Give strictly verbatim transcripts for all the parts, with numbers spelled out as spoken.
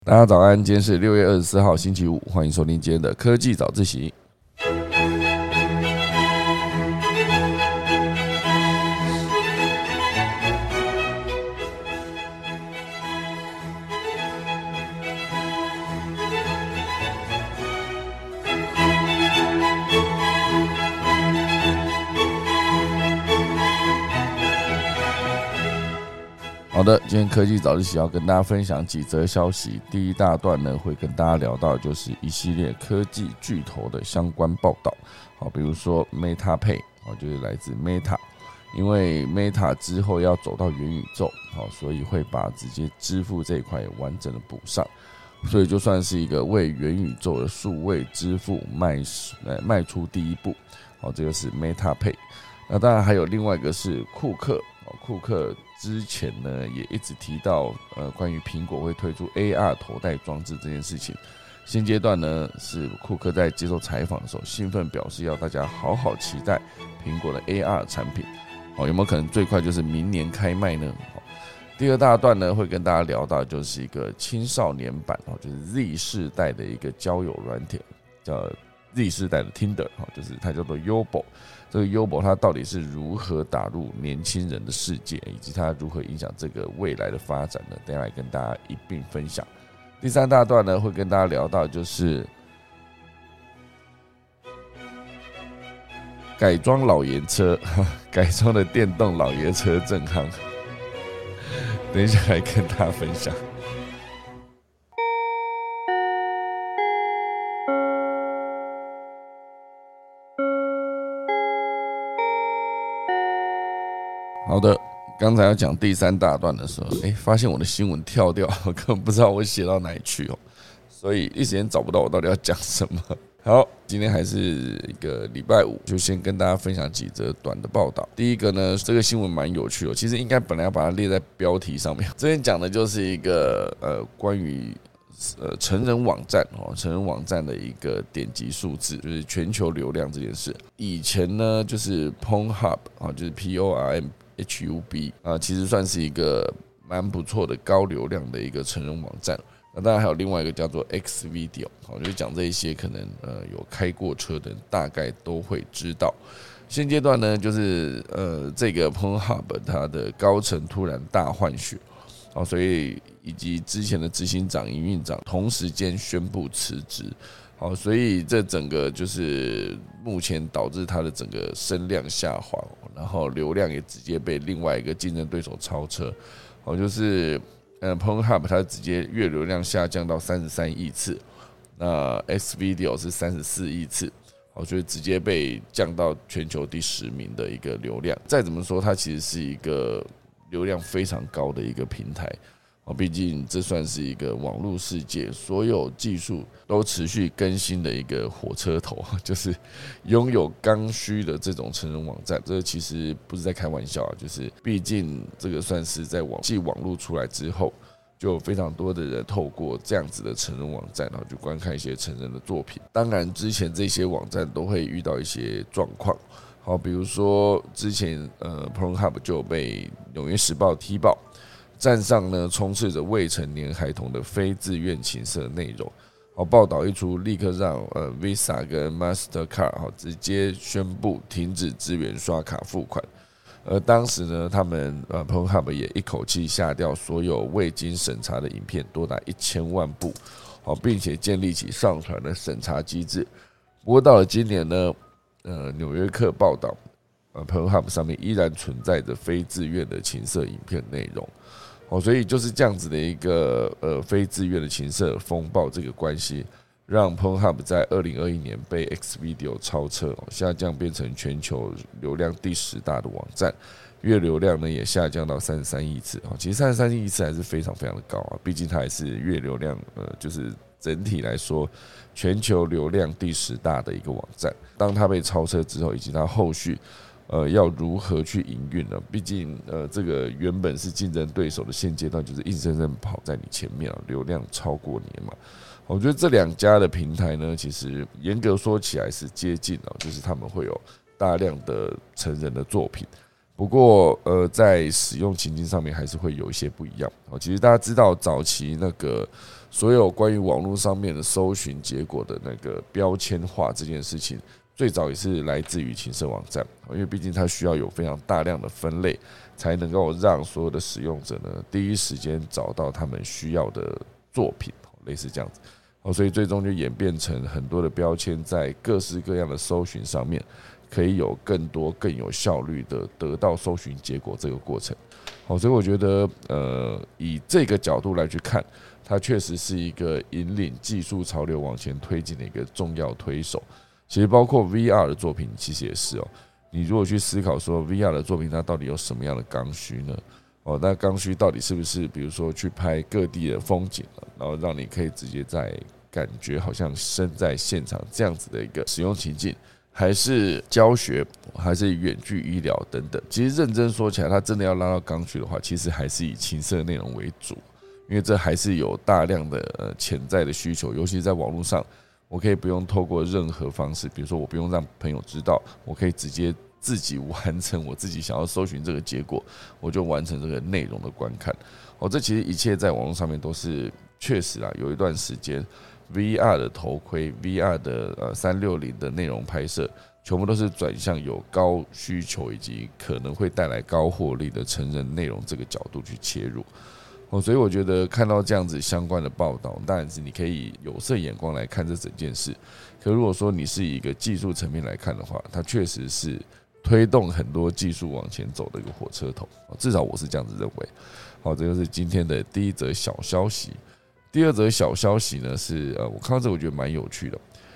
大家早安，今天是六月二十四号星期五，欢迎收听今天的科技早自习。好的，今天科技早自习要跟大家分享几则消息。第一大段呢，会跟大家聊到就是一系列科技巨头的相关报道。好，比如说 Meta Pay， 就是来自 Meta， 因为 Meta 之后要走到元宇宙，好，所以会把直接支付这一块完整的补上。所以就算是一个为元宇宙的数位支付迈迈出第一步。好，这就是 Meta Pay。那当然还有另外一个是库克，库克之前呢也一直提到，呃，关于苹果会推出 A R 头戴装置这件事情。现阶段呢是库克在接受采访的时候兴奋表示，要大家好好期待苹果的 A R 产品。好，有没有可能最快就是明年开卖呢？好，第二大段呢会跟大家聊到就是一个青少年版，就是 Z 世代的一个交友软体，叫 Z 世代的 Tinder， 就是它叫做 Yobo。这个 Yobo 它到底是如何打入年轻人的世界，以及它如何影响这个未来的发展呢？等一下来跟大家一并分享。第三大段呢，会跟大家聊到就是改装老爷车，改装的电动老爷车正夯，等一下来跟大家分享。好的，刚才要讲第三大段的时候，哎，发现我的新闻跳掉，我根本不知道我写到哪里去哦，所以一时间找不到我到底要讲什么。好，今天还是一个礼拜五，就先跟大家分享几则短的报道。第一个呢，这个新闻蛮有趣的，其实应该本来要把它列在标题上面。这边讲的就是一个呃关于呃成人网站哦，成人网站的一个点击数字，就是全球流量这件事。以前呢，就是 Pornhub 啊，就是 P O R M H U B 啊，其实算是一个蛮不错的高流量的一个成人网站。那当然还有另外一个叫做 X Video， 好，就讲这一些可能呃有开过车的人大概都会知道。现阶段呢，就是呃这个 Pornhub 它的高层突然大换血，好，所以以及之前的执行长、营运长同时间宣布辞职。好，所以这整个就是目前导致它的整个声量下滑，然后流量也直接被另外一个竞争对手超车。好，就是呃 Pornhub 它直接月流量下降到三十三亿次，那 X Video 是三十四亿次。好，所以直接被降到全球第十名的一个流量。再怎么说，它其实是一个流量非常高的一个平台。毕竟这算是一个网络世界所有技术都持续更新的一个火车头，就是拥有刚需的这种成人网站，这其实不是在开玩笑啊，就是毕竟这个算是在网际网络出来之后，就有非常多的人透过这样子的成人网站，然后去观看一些成人的作品。当然之前这些网站都会遇到一些状况，好，比如说之前呃 Pornhub 就被纽约时报踢爆，站上呢充斥着未成年孩童的非自愿情色内容。好，报道一出，立刻让呃 Visa 跟 Mastercard 好直接宣布停止支援刷卡付款。而当时呢，他们呃 Pornhub 也一口气下掉所有未经审查的影片，多达一千万部，好，并且建立起上传的审查机制。不过到了今年呢，呃，纽约客报道，呃 Pornhub 上面依然存在着非自愿的情色影片内容。哦，所以就是这样子的一个呃非自愿的情色风暴，这个关系让 Pornhub 在二零二一年被 X Video 超车，下降变成全球流量第十大的网站，月流量呢也下降到三十三亿次。其实三十三亿次还是非常非常的高啊，毕竟它还是月流量呃就是整体来说全球流量第十大的一个网站。当它被超车之后，以及它后续呃，要如何去营运呢？毕竟，呃，这个原本是竞争对手的现阶段，就是硬生生跑在你前面，流量超过你嘛。我觉得这两家的平台呢，其实严格说起来是接近，就是他们会有大量的成人的作品。不不过呃，在使用情境上面还是会有一些不一样。其实大家知道，早期那个所有关于网络上面的搜寻结果的那个标签化这件事情，最早也是来自于情色网站，因为毕竟它需要有非常大量的分类，才能够让所有的使用者呢第一时间找到他们需要的作品，类似这样子。所以最终就演变成很多的标签在各式各样的搜寻上面，可以有更多更有效率的得到搜寻结果这个过程。好，所以我觉得，呃，以这个角度来去看，它确实是一个引领技术潮流往前推进的一个重要推手。其实包括 V R 的作品，其实也是哦。你如果去思考说 V R 的作品它到底有什么样的刚需呢？哦，那刚需到底是不是比如说去拍各地的风景，然后让你可以直接在感觉好像身在现场这样子的一个使用情境，还是教学，还是远距医疗等等？其实认真说起来，它真的要拉到刚需的话，其实还是以情色内容为主，因为这还是有大量的潜在的需求，尤其是在网络上，我可以不用透过任何方式，比如说我不用让朋友知道，我可以直接自己完成我自己想要搜寻这个结果，我就完成这个内容的观看。哦，这其实一切在网络上面都是确实啊，有一段时间 V R 的头盔、V R 的呃三六零的内容拍摄，全部都是转向有高需求以及可能会带来高获利的成人内容这个角度去切入。哦，所以我觉得看到这样子相关的报道，当然是你可以有色眼光来看这整件事。可如果说你是以一个技术层面来看的话，它确实是推动很多技术往前走的一个火车头，至少我是这样子认为。好，这就是今天的第一则小消息。第二则小消息呢是，呃，我看到这个我觉得蛮有趣的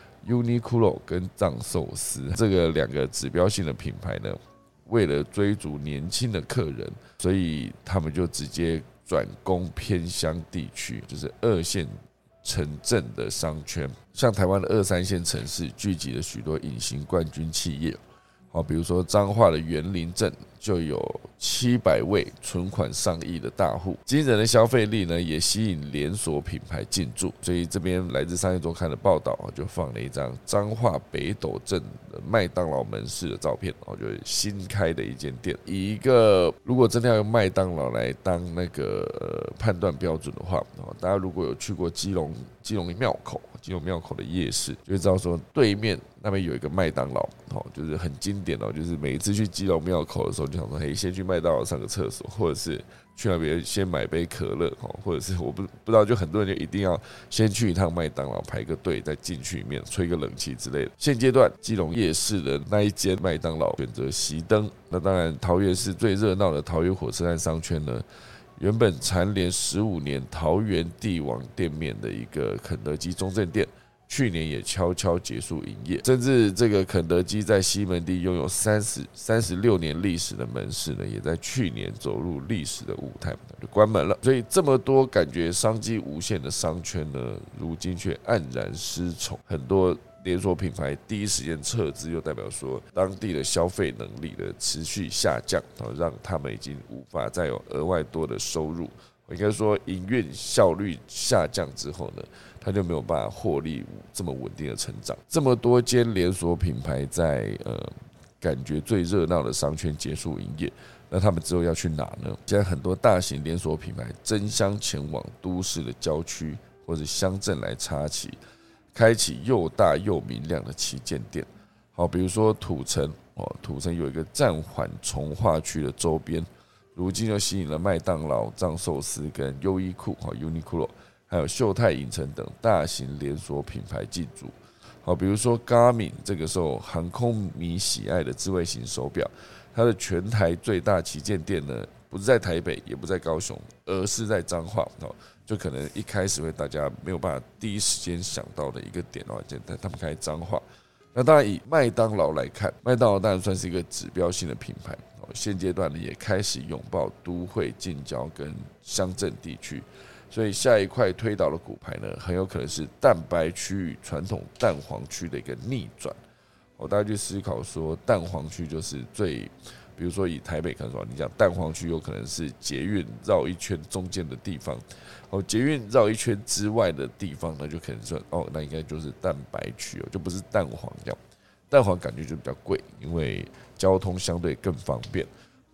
，Uniqlo 跟藏寿司这个两个指标性的品牌呢，为了追逐年轻的客人，所以他们就直接转攻偏乡地区，就是二线城镇的商圈，像台湾的二三线城市聚集了许多隐形冠军企业。好，比如说彰化的园林镇就有七百位存款上亿的大户，惊人的消费力呢，也吸引连锁品牌进驻。所以这边来自商业周刊的报道就放了一张彰化北斗镇的麦当劳门市的照片，就是新开的一间店。以一个如果真的要用麦当劳来当那个判断标准的话，大家如果有去过基隆基隆庙口。基隆庙口的夜市，就会知道说对面那边有一个麦当劳，就是很经典哦。就是每一次去基隆庙口的时候，就想说，嘿，先去麦当劳上个厕所，或者是去那边先买杯可乐，或者是我不不知道，就很多人就一定要先去一趟麦当劳排个队，再进去里面吹个冷气之类的。现阶段基隆夜市的那一间麦当劳选择熄灯，那当然桃园市最热闹的桃园火车站商圈呢。原本蝉联十五年桃园帝王店面的一个肯德基中正店，去年也悄悄结束营业，甚至这个肯德基在西门町拥有三十三十六年历史的门市呢，也在去年走入历史的舞台，就关门了。所以这么多感觉商机无限的商圈呢，如今却黯然失宠，很多连锁品牌第一时间撤资，又代表说当地的消费能力的持续下降，让他们已经无法再有额外多的收入。我应该说营运效率下降之后呢，他就没有办法获利这么稳定的成长。这么多间连锁品牌在呃感觉最热闹的商圈结束营业，那他们之后要去哪呢？现在很多大型连锁品牌争相前往都市的郊区或者乡镇来插旗。开启又大又明亮的旗舰店，好，比如说土城哦，土城有一个暂缓重划区的周边，如今就吸引了麦当劳、藏寿司跟优衣库、Uniqlo， 还有秀泰影城等大型连锁品牌进驻。好，比如说 Garmin 这个时候航空迷喜爱的智慧型手表，它的全台最大旗舰店呢，不是在台北，也不在高雄，而是在彰化。就可能一开始会大家没有办法第一时间想到的一个点哦，他们开彰化。那当然以麦当劳来看，麦当劳当然算是一个指标性的品牌，现阶段呢也开始拥抱都会近郊跟乡镇地区，所以下一块推倒的骨牌呢，很有可能是蛋白区域传统蛋黄区的一个逆转。我大家去思考说，蛋黄区就是最。比如说以台北可能说，你讲蛋黄区有可能是捷运绕一圈中间的地方，哦，捷运绕一圈之外的地方呢，就可能说哦，那应该就是蛋白区哦，就不是蛋黄这样。蛋黄感觉就比较贵，因为交通相对更方便。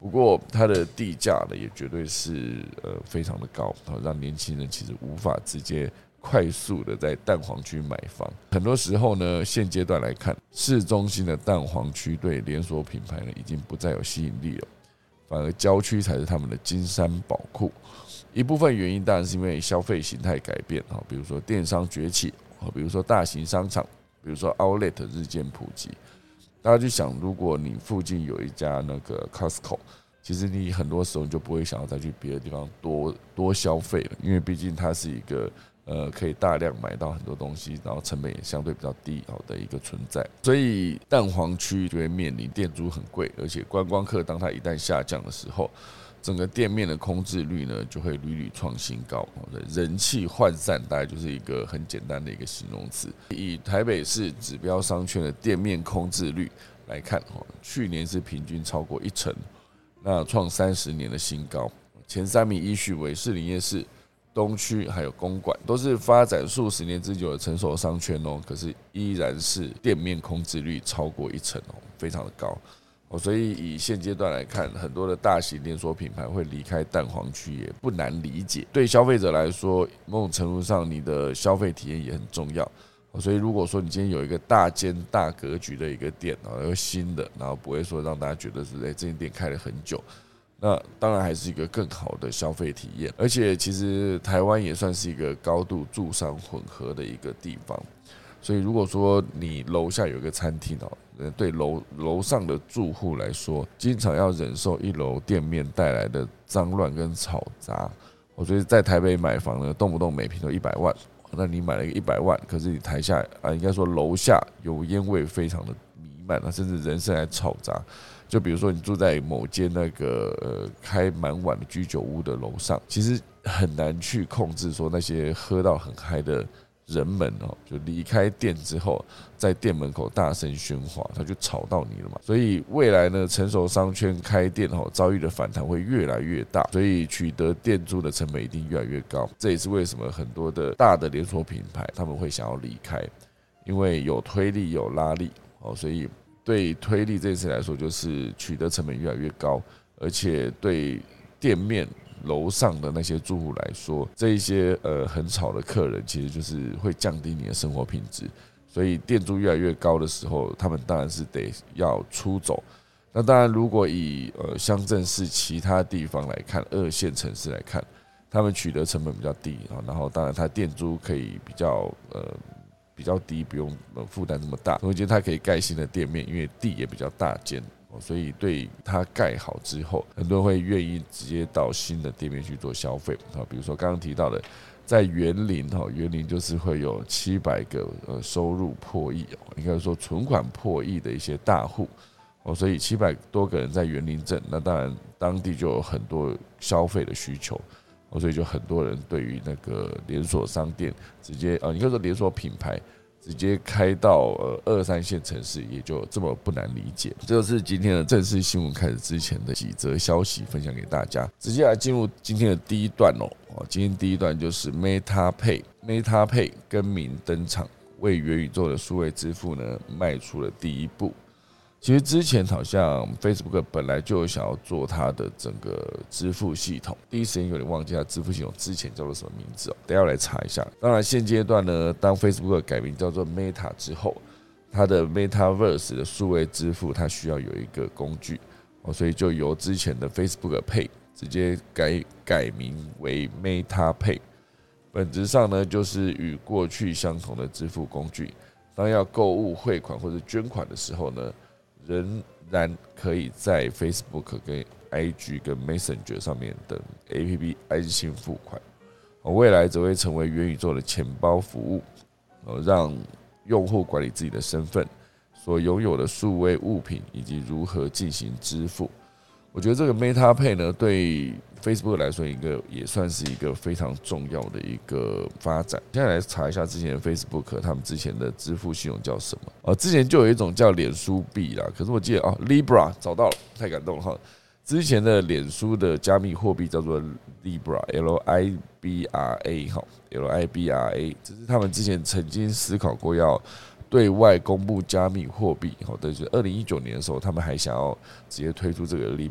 不过它的地价呢，也绝对是呃非常的高，让年轻人其实无法直接快速的在蛋黄区买房。很多时候呢，现阶段来看，市中心的蛋黄区对连锁品牌呢已经不再有吸引力了，反而郊区才是他们的金山宝库。一部分原因当然是因为消费形态改变，比如说电商崛起，比如说大型商场，比如说 Outlet 日渐普及。大家去想，如果你附近有一家那个 Costco， 其实你很多时候你就不会想要再去别的地方多多消费了，因为毕竟它是一个呃可以大量买到很多东西，然后成本也相对比较低的一个存在。所以蛋黄区就会面临店租很贵，而且观光客当它一旦下降的时候，整个店面的空置率呢就会屡屡创新高，人气涣散，大概就是一个很简单的一个形容词。以台北市指标商圈的店面空置率来看，去年是平均超过一成，那创三十年的新高。前三名依序为士林夜市、东区还有公馆，都是发展数十年之久的成熟商圈哦，可是依然是店面空置率超过一成哦，非常的高。所以以现阶段来看，很多的大型连锁品牌会离开蛋黄区也不难理解。对消费者来说，某种程度上你的消费体验也很重要。所以如果说你今天有一个大间大格局的一个店，然后新的，然后不会说让大家觉得是哎这间店开了很久，那当然还是一个更好的消费体验。而且其实台湾也算是一个高度住商混合的一个地方。所以如果说你楼下有一个餐厅哦，对楼楼上的住户来说，经常要忍受一楼店面带来的脏乱跟嘈杂。我觉得在台北买房呢，动不动每平都一百万，那你买了一个一百万，可是你台下啊，应该说楼下油烟味非常的弥漫，甚至人声还嘈杂。就比如说你住在某间那个呃开蛮晚的居酒屋的楼上，其实很难去控制说那些喝到很嗨的人们哦，就离开店之后，在店门口大声喧哗，他就吵到你了嘛。所以未来呢，成熟商圈开店哦，遭遇的反弹会越来越大，所以取得店租的成本一定越来越高。这也是为什么很多的大的连锁品牌他们会想要离开，因为有推力有拉力哦，所以对推力这件事来说，就是取得成本越来越高，而且对店面楼上的那些住户来说，这一些呃很吵的客人，其实就是会降低你的生活品质。所以店租越来越高的时候，他们当然是得要出走。那当然，如果以呃乡镇市其他地方来看，二线城市来看，他们取得成本比较低啊，然后当然他店租可以比较呃比较低，不用负担这么大。而且他可以盖新的店面，因为地也比较大间。所以对它盖好之后，很多人会愿意直接到新的店面去做消费。比如说刚刚提到的，在园林，园林就是会有七百个收入破亿，应该说存款破亿的一些大户。所以七百多个人在园林镇，那当然当地就有很多消费的需求。所以就很多人对于那个连锁商店直接呃，应该说连锁品牌直接开到呃二三线城市，也就这么不难理解。这就是今天的正式新闻开始之前的几则消息分享给大家。直接来进入今天的第一段哦。今天第一段就是 Meta Pay，Meta Pay 更名登场，为元宇宙的数位支付呢迈出了第一步。其实之前好像 Facebook 本来就有想要做它的整个支付系统，第一时间有点忘记它支付系统之前叫做什么名字哦，等一下我来查一下。当然现阶段呢，当 Facebook 改名叫做 Meta 之后，它的 Metaverse 的数位支付它需要有一个工具，所以就由之前的 Facebook Pay 直接改改名为 Meta Pay。本质上呢，就是与过去相同的支付工具，当要购物、汇款或者捐款的时候呢，仍然可以在 Facebook 跟 I G 跟 Messenger 上面等 A P P 安心付款。未来则会成为元宇宙的钱包服务，让用户管理自己的身份、所拥有的数位物品以及如何进行支付。我觉得这个 Meta Pay 呢，对 Facebook 来说，一个也算是一个非常重要的一个发展。现在来查一下之前的 Facebook， 他们之前的支付系统叫什么？哦，之前就有一种叫脸书币啦，可是我记得哦 ，Libra 找到了，太感动了哈！之前的脸书的加密货币叫做 Libra，L I B R A 哈 ，L I B R A， 只是他们之前曾经思考过要对外公布加密货币，就是二零一九年的时候，他们还想要直接推出这个 Libra，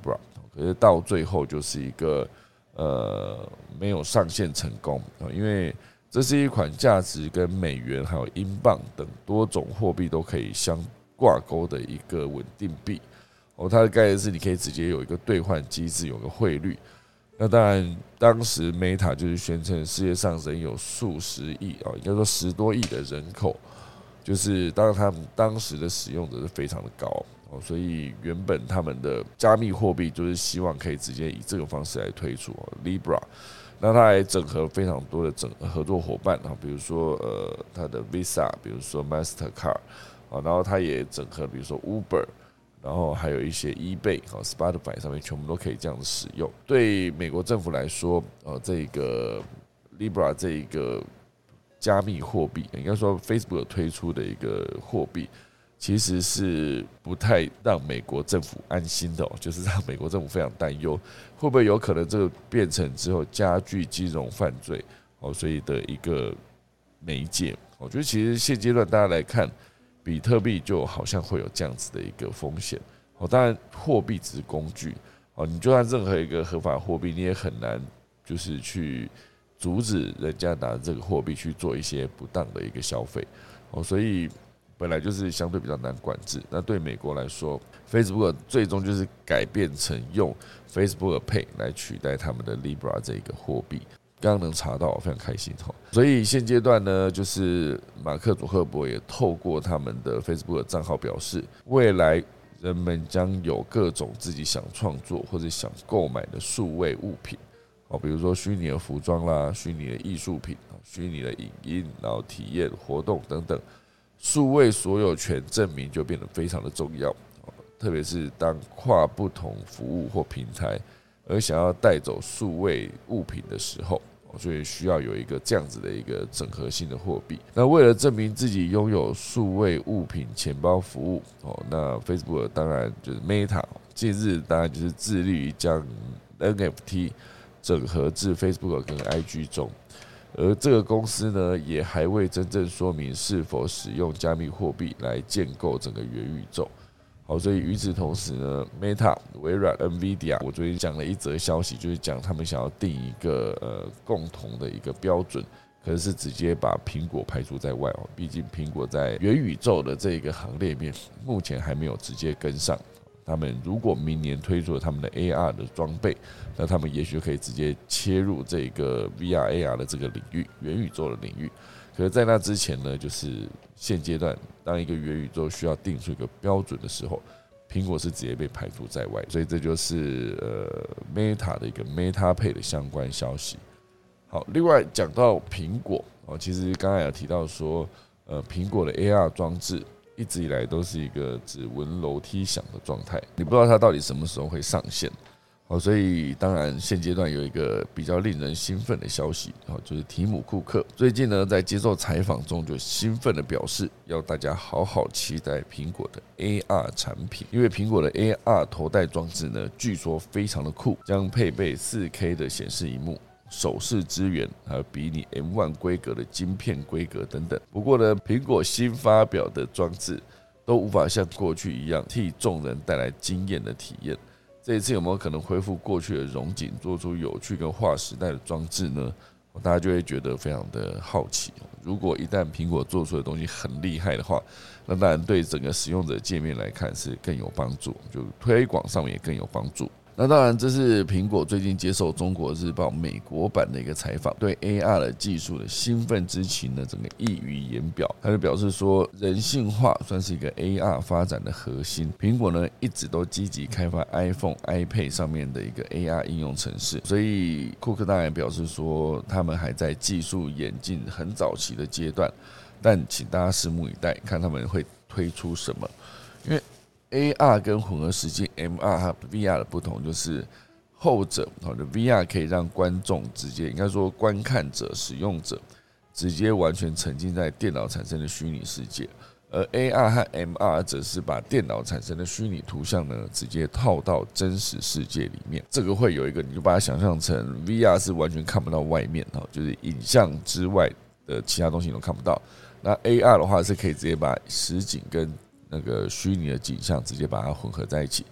可是到最后就是一个呃没有上线成功，因为这是一款价值跟美元还有英镑等多种货币都可以相挂钩的一个稳定币。哦，它的概念是你可以直接有一个兑换机制，有个汇率。那当然，当时 Meta 就是宣称世界上仍有数十亿啊，应该说十多亿的人口，就是当然他们当时的使用者是非常的高哦，所以原本他们的加密货币就是希望可以直接以这个方式来推出 Libra。那它还整合非常多的整合作伙伴啊，比如说呃它的 Visa， 比如说 Mastercard 啊，然后它也整合比如说 Uber。然后还有一些 eBay 和 Spotify 上面全部都可以这样子使用。对美国政府来说，呃，这个 Libra 这一个加密货币，应该说 Facebook 推出的一个货币，其实是不太让美国政府安心的哦，就是让美国政府非常担忧，会不会有可能这个变成之后加剧金融犯罪哦，所以的一个媒介。我觉得其实现阶段大家来看。比特币就好像会有这样子的一个风险哦，当然货币只是工具哦，你就算任何一个合法货币，你也很难就是去阻止人家拿这个货币去做一些不当的一个消费哦，所以本来就是相对比较难管制。那对美国来说 ，Facebook 最终就是改变成用 Facebook Pay 来取代他们的 Libra 这个货币。刚刚能查到，非常开心哈。所以现阶段呢，就是马克·祖克伯也透过他们的 Facebook 的账号表示，未来人们将有各种自己想创作或者想购买的数位物品，哦，比如说虚拟的服装啦、虚拟的艺术品、虚拟的影音，然后体验活动等等，数位所有权证明就变得非常的重要，特别是当跨不同服务或平台而想要带走数位物品的时候。所以需要有一个这样子的一个整合性的货币。那为了证明自己拥有数位物品钱包服务，哦，那 Facebook 当然就是 Meta， 近日当然就是致力于将 N F T 整合至 Facebook 跟 I G 中，而这个公司呢，也还未真正说明是否使用加密货币来建构整个元宇宙。好，所以与此同时呢 ，Meta、微软、NVIDIA， 我昨天讲了一则消息，就是讲他们想要定一个呃共同的一个标准，可是是直接把苹果排除在外哦。毕竟苹果在元宇宙的这个行列面，目前还没有直接跟上。他们如果明年推出了他们的 A R 的装备，那他们也许可以直接切入这个 V R、A R 的这个领域，元宇宙的领域。可是，在那之前呢，就是现阶段，当一个元宇宙需要定出一个标准的时候，苹果是直接被排除在外，所以这就是呃 Meta 的一个 Meta Pay 的相关消息。好，另外讲到苹果哦，其实刚才有提到说，呃，苹果的 A R 装置一直以来都是一个只闻楼梯响的状态，你不知道它到底什么时候会上线。哦，所以当然现阶段有一个比较令人兴奋的消息，哦，就是提姆·库克最近呢在接受采访中就兴奋的表示，要大家好好期待苹果的 A R 产品，因为苹果的 A R 头戴装置呢，据说非常的酷，将配备 四K 的显示萤幕、手势支援，还有比拟 M 一 规格的晶片规格等等。不过呢，苹果新发表的装置都无法像过去一样替众人带来惊艳的体验。这一次有没有可能恢复过去的荣景，做出有趣跟划时代的装置呢？大家就会觉得非常的好奇。如果一旦苹果做出的东西很厉害的话，那当然对整个使用者界面来看是更有帮助，就推广上面也更有帮助。那当然，这是苹果最近接受中国日报美国版的一个采访，对 A R 的技术的兴奋之情呢，整个溢于言表。他就表示说，人性化算是一个 A R 发展的核心。苹果呢，一直都积极开发 iPhone、iPad 上面的一个 A R 应用程式。所以，库克当然表示说，他们还在技术演进很早期的阶段，但请大家拭目以待，看他们会推出什么，因为A R 跟混合实境 M R 和 V R 的不同，就是后者的 V R 可以让观众直接，应该说观看者、使用者直接完全沉浸在电脑产生的虚拟世界，而 A R 和 M R 则是把电脑产生的虚拟图像呢，直接套到真实世界里面。这个会有一个，你就把它想象成 V R 是完全看不到外面，就是影像之外的其他东西你都看不到。那 A R 的话是可以直接把实景跟那个虚拟的景象直接把它混合在一起，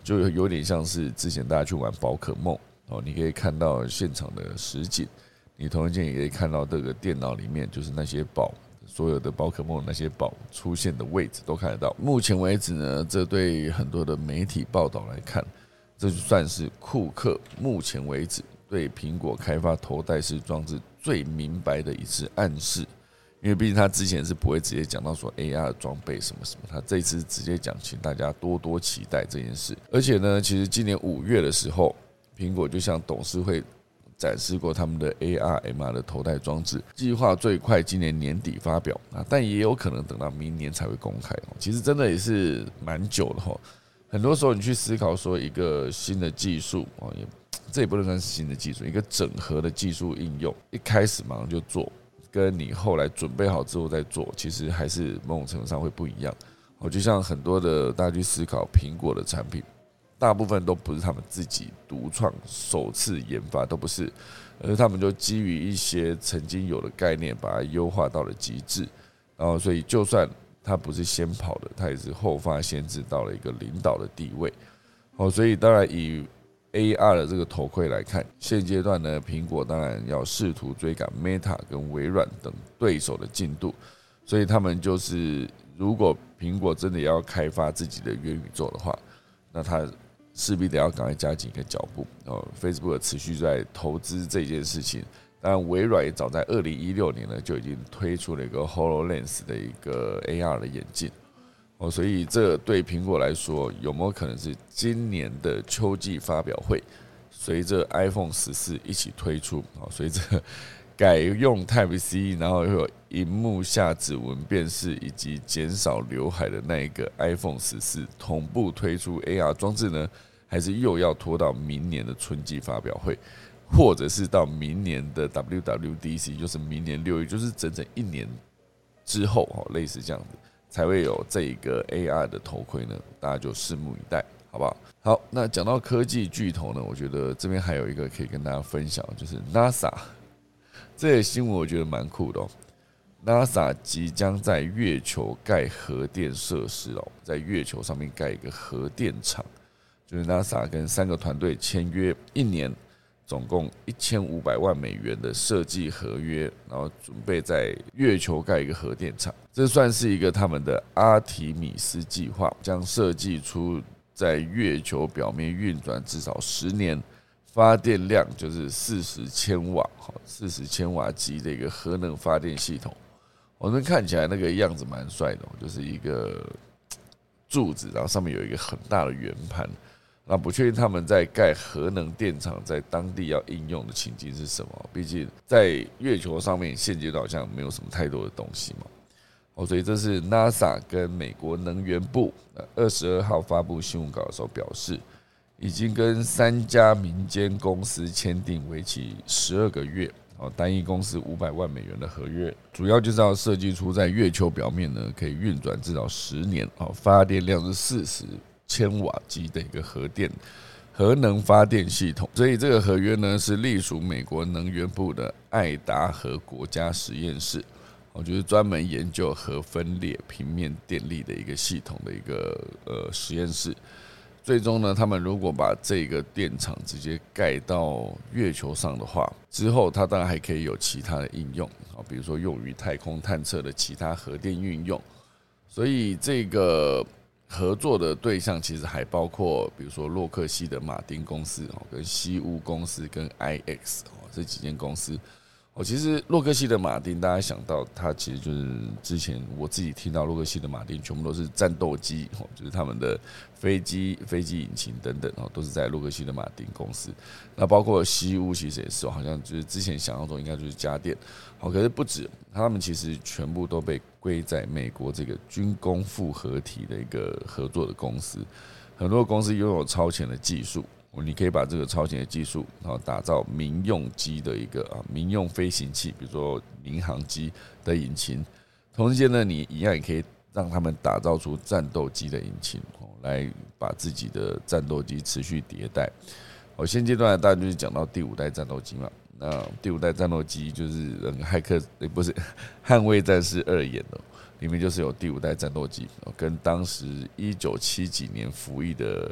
就有点像是之前大家去玩宝可梦哦，你可以看到现场的实景，你同一间也可以看到这个电脑里面就是那些宝。所有的宝可梦那些宝出现的位置都看得到。目前为止呢，这对很多的媒体报道来看，这就算是库克目前为止对苹果开发头戴式装置最明白的一次暗示。因为毕竟他之前是不会直接讲到说 A R 装备什么什么，他这一次直接讲，请大家多多期待这件事。而且呢，其实今年五月的时候，苹果就向董事会展示过他们的 A R M R 的头戴装置，计划最快今年年底发表啊，但也有可能等到明年才会公开。其实真的也是蛮久了哈。很多时候你去思考说一个新的技术哦，也这也不能算是新的技术，一个整合的技术应用，一开始马上就做，跟你后来准备好之后再做，其实还是某种程度上会不一样。哦，就像很多的大家去思考苹果的产品。大部分都不是他们自己独创、首次研发，都不是，而他们就基于一些曾经有的概念，把它优化到了极致。然后，所以就算它不是先跑的，它也是后发先至到了一个领导的地位。哦，所以当然以 A R 的这个头盔来看，现阶段呢，苹果当然要试图追赶 Meta 跟微软等对手的进度，所以他们就是，如果苹果真的要开发自己的元宇宙的话，那它势必得要赶快加紧一个脚步哦。Facebook 持续在投资这件事情，当然微软也早在二零一六年呢就已经推出了一个 HoloLens 的一个 A R 的眼镜哦，所以这对苹果来说有没有可能是今年的秋季发表会，随着 iPhone 十四一起推出哦，随着改用 Type C， 然后又有萤幕下指纹辨识以及减少刘海的那一个 iPhone 十四同步推出 A R 装置呢？还是又要拖到明年的春季发表会，或者是到明年的 W W D C， 就是明年六月，就是整整一年之后，类似这样子，才会有这一个 A R 的头盔呢？大家就拭目以待，好不好？好，那讲到科技巨头呢，我觉得这边还有一个可以跟大家分享，就是 NASA。这个新闻我觉得蛮酷的哦。NASA 即将在月球盖核电设施哦，在月球上面盖一个核电厂。就是 NASA 跟三个团队签约一年，总共一千五百万美元的设计合约，然后准备在月球盖一个核电厂。这算是一个他们的阿提米斯计划，将设计出在月球表面运转至少十年，发电量就是四十千瓦，四十千瓦级的一个核能发电系统。我们看起来那个样子蛮帅的，就是一个柱子，然后上面有一个很大的圆盘。那不确定他们在盖核能电厂在当地要应用的情境是什么？毕竟在月球上面现阶段好像没有什么太多的东西嘛。哦，所以这是 NASA 跟美国能源部二十二号发布新闻稿的时候表示，已经跟三家民间公司签订为期十二个月，单一公司五百万美元的合约，主要就是要设计出在月球表面呢可以运转至少十年，发电量是四十千瓦级的一个核电核能发电系统。所以这个合约呢是隶属美国能源部的爱达荷国家实验室，就是专门研究核分裂平面电力的一个系统的一个呃实验室。最终呢，他们如果把这个电厂直接盖到月球上的话，之后它当然还可以有其他的应用，比如说用于太空探测的其他核电运用。所以这个合作的对象其实还包括，比如说洛克希德马丁公司、跟西屋公司、跟 I X 这几间公司。其实洛克希德马丁，大家想到它其实就是之前我自己听到洛克希德马丁全部都是战斗机，就是他们的飞机、飞机引擎等等，都是在洛克希德马丁公司。那包括西屋其实也是，好像就是之前想象中应该就是家电，好，可是不止，他们其实全部都被归在美国这个军工复合体的一个合作的公司。很多公司拥有超前的技术。你可以把这个超前的技术，然后打造民用机的一个啊民用飞行器，比如说民航机的引擎。同时间呢，你一样也可以让他们打造出战斗机的引擎，来把自己的战斗机持续迭代。我现阶段大家就是讲到第五代战斗机嘛，那第五代战斗机就是那个骇客，不是捍卫战士二演的，里面就是有第五代战斗机，跟当时一九七几年服役的。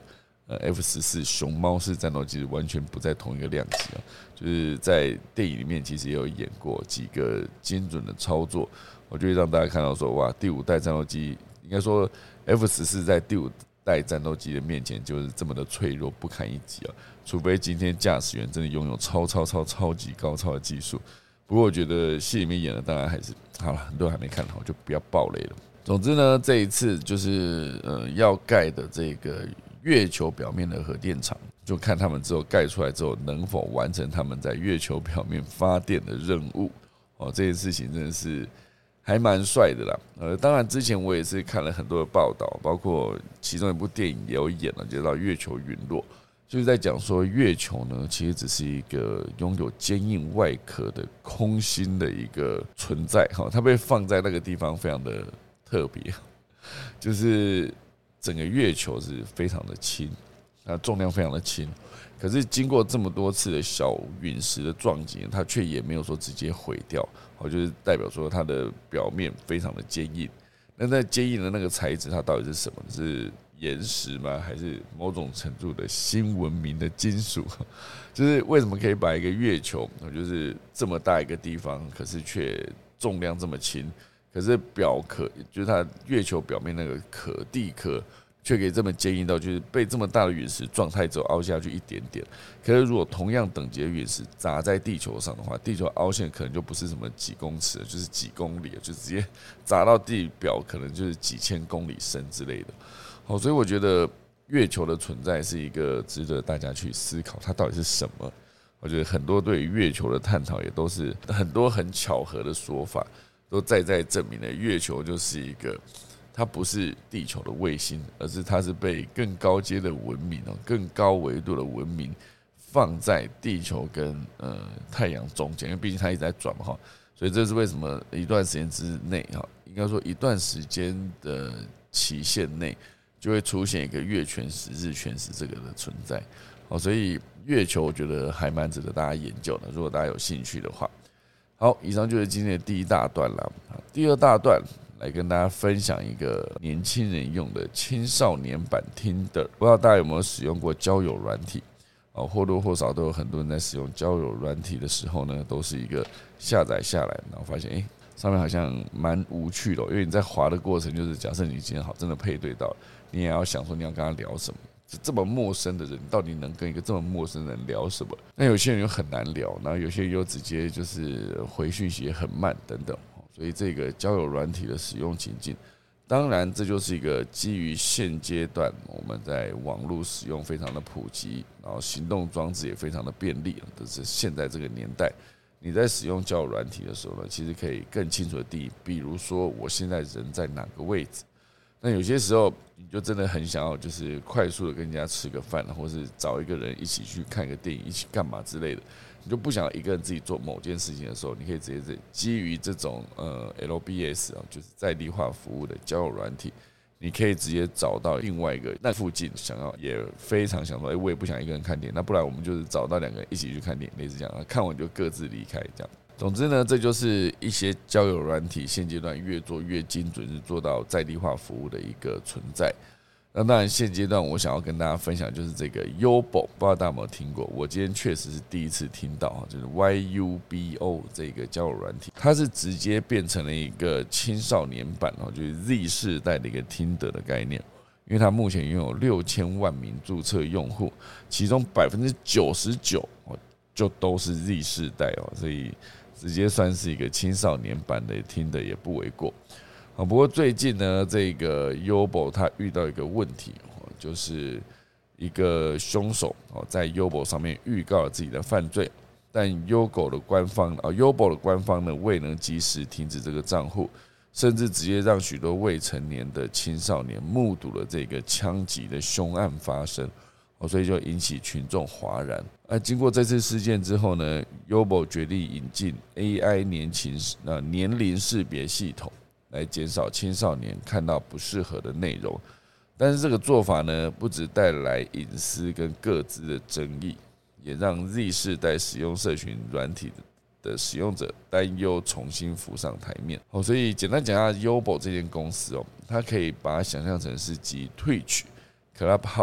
呃 F 十四熊猫式战斗机完全不在同一个量级啊。就是在电影里面其实也有演过几个精准的操作，我就会让大家看到说，哇，第五代战斗机应该说 F 十四在第五代战斗机的面前就是这么的脆弱不堪一击啊！除非今天驾驶员真的拥有超超超超级高超的技术。不过我觉得戏里面演的当然还是好了，很多人还没看好，就不要爆雷了。总之呢，这一次就是呃要盖的这个月球表面的核电厂，就看他们之后盖出来之后能否完成他们在月球表面发电的任务。哦，这件事情真的是还蛮帅的啦。呃，当然之前我也是看了很多的报道，包括其中一部电影也有演了，就叫《月球陨落》，就是在讲说月球呢其实只是一个拥有坚硬外壳的空心的一个存在。哈，它被放在那个地方非常的特别，就是整个月球是非常的轻，它重量非常的轻，可是经过这么多次的小陨石的撞击，它却也没有说直接毁掉，就是代表说它的表面非常的坚硬。那在坚硬的那个材质，它到底是什么？是岩石吗？还是某种程度的新文明的金属？就是为什么可以把一个月球，就是这么大一个地方，可是却重量这么轻？可是表壳，就是它月球表面那个壳地壳，却可以这么坚硬到，就是被这么大的陨石撞太之后凹下去一点点。可是如果同样等级的陨石砸在地球上的话，地球凹陷可能就不是什么几公尺，就是几公里，就直接砸到地表，可能就是几千公里深之类的。好，所以我觉得月球的存在是一个值得大家去思考，它到底是什么。我觉得很多对于月球的探讨也都是很多很巧合的说法。都在在证明了月球就是一个，它不是地球的卫星，而是它是被更高阶的文明、更高维度的文明放在地球跟呃太阳中间，因为毕竟它一直在转嘛，所以这是为什么一段时间之内哈，应该说一段时间的期限内就会出现一个月全食、日全食这个的存在。好，所以月球我觉得还蛮值得大家研究的，如果大家有兴趣的话。好，以上就是今天的第一大段了。第二大段来跟大家分享一个年轻人用的青少年版 Tinder。不知道大家有没有使用过交友软体？哦，或多或少都有很多人在使用交友软体的时候呢，都是一个下载下来，然后发现哎、欸，上面好像蛮无趣的、哦，因为你在滑的过程，就是假设你今天好真的配对到了，你也要想说你要跟他聊什么。这么陌生的人，到底能跟一个这么陌生的人聊什么？那有些人又很难聊，然后有些人又直接就是回讯息也很慢等等。所以这个交友软体的使用情境，当然这就是一个基于现阶段我们在网络使用非常的普及，然后行动装置也非常的便利的是现在这个年代，你在使用交友软体的时候呢，其实可以更清楚的定义，比如说我现在人在哪个位置。那有些时候你就真的很想要，就是快速的跟人家吃个饭，或是找一个人一起去看个电影，一起干嘛之类的，你就不想一个人自己做某件事情的时候，你可以直接基于这种呃 L B S 啊，就是在地化服务的交友软体，你可以直接找到另外一个那附近想要也非常想说，哎，我也不想一个人看电影，那不然我们就是找到两个人一起去看电影，类似这样，看完就各自离开这样。总之呢，这就是一些交友软体现阶段越做越精准，是做到在地化服务的一个存在。那当然，现阶段我想要跟大家分享就是这个 Yubo， 不知道大家有没有听过？我今天确实是第一次听到，就是 Y U B O 这个交友软体，它是直接变成了一个青少年版哦，就是 Z 世代的一个 Tinder 的概念。因为它目前拥有六千万名注册用户，其中百分之九十九就都是 Z 世代哦，所以直接算是一个青少年版的 Tinder 也不为过。不过最近呢，这个 Yubo 他遇到一个问题，就是一个凶手在 Yubo 上面预告了自己的犯罪，但 Yubo 的官方啊 Yubo 的官方呢未能及时停止这个账户，甚至直接让许多未成年的青少年目睹了这个枪击的凶案发生。所以就引起群众哗然。而经过这次事件之后呢 ，Yubo 决定引进 A I 年轻呃年龄识别系统，来减少青少年看到不适合的内容。但是这个做法呢，不只带来隐私跟个资的争议，也让 Z 世代使用社群软体的使用者担忧重新浮上台面。好，所以简单讲下 Yubo 这间公司哦，它可以把它想象成是集 Twitch、Clubhouse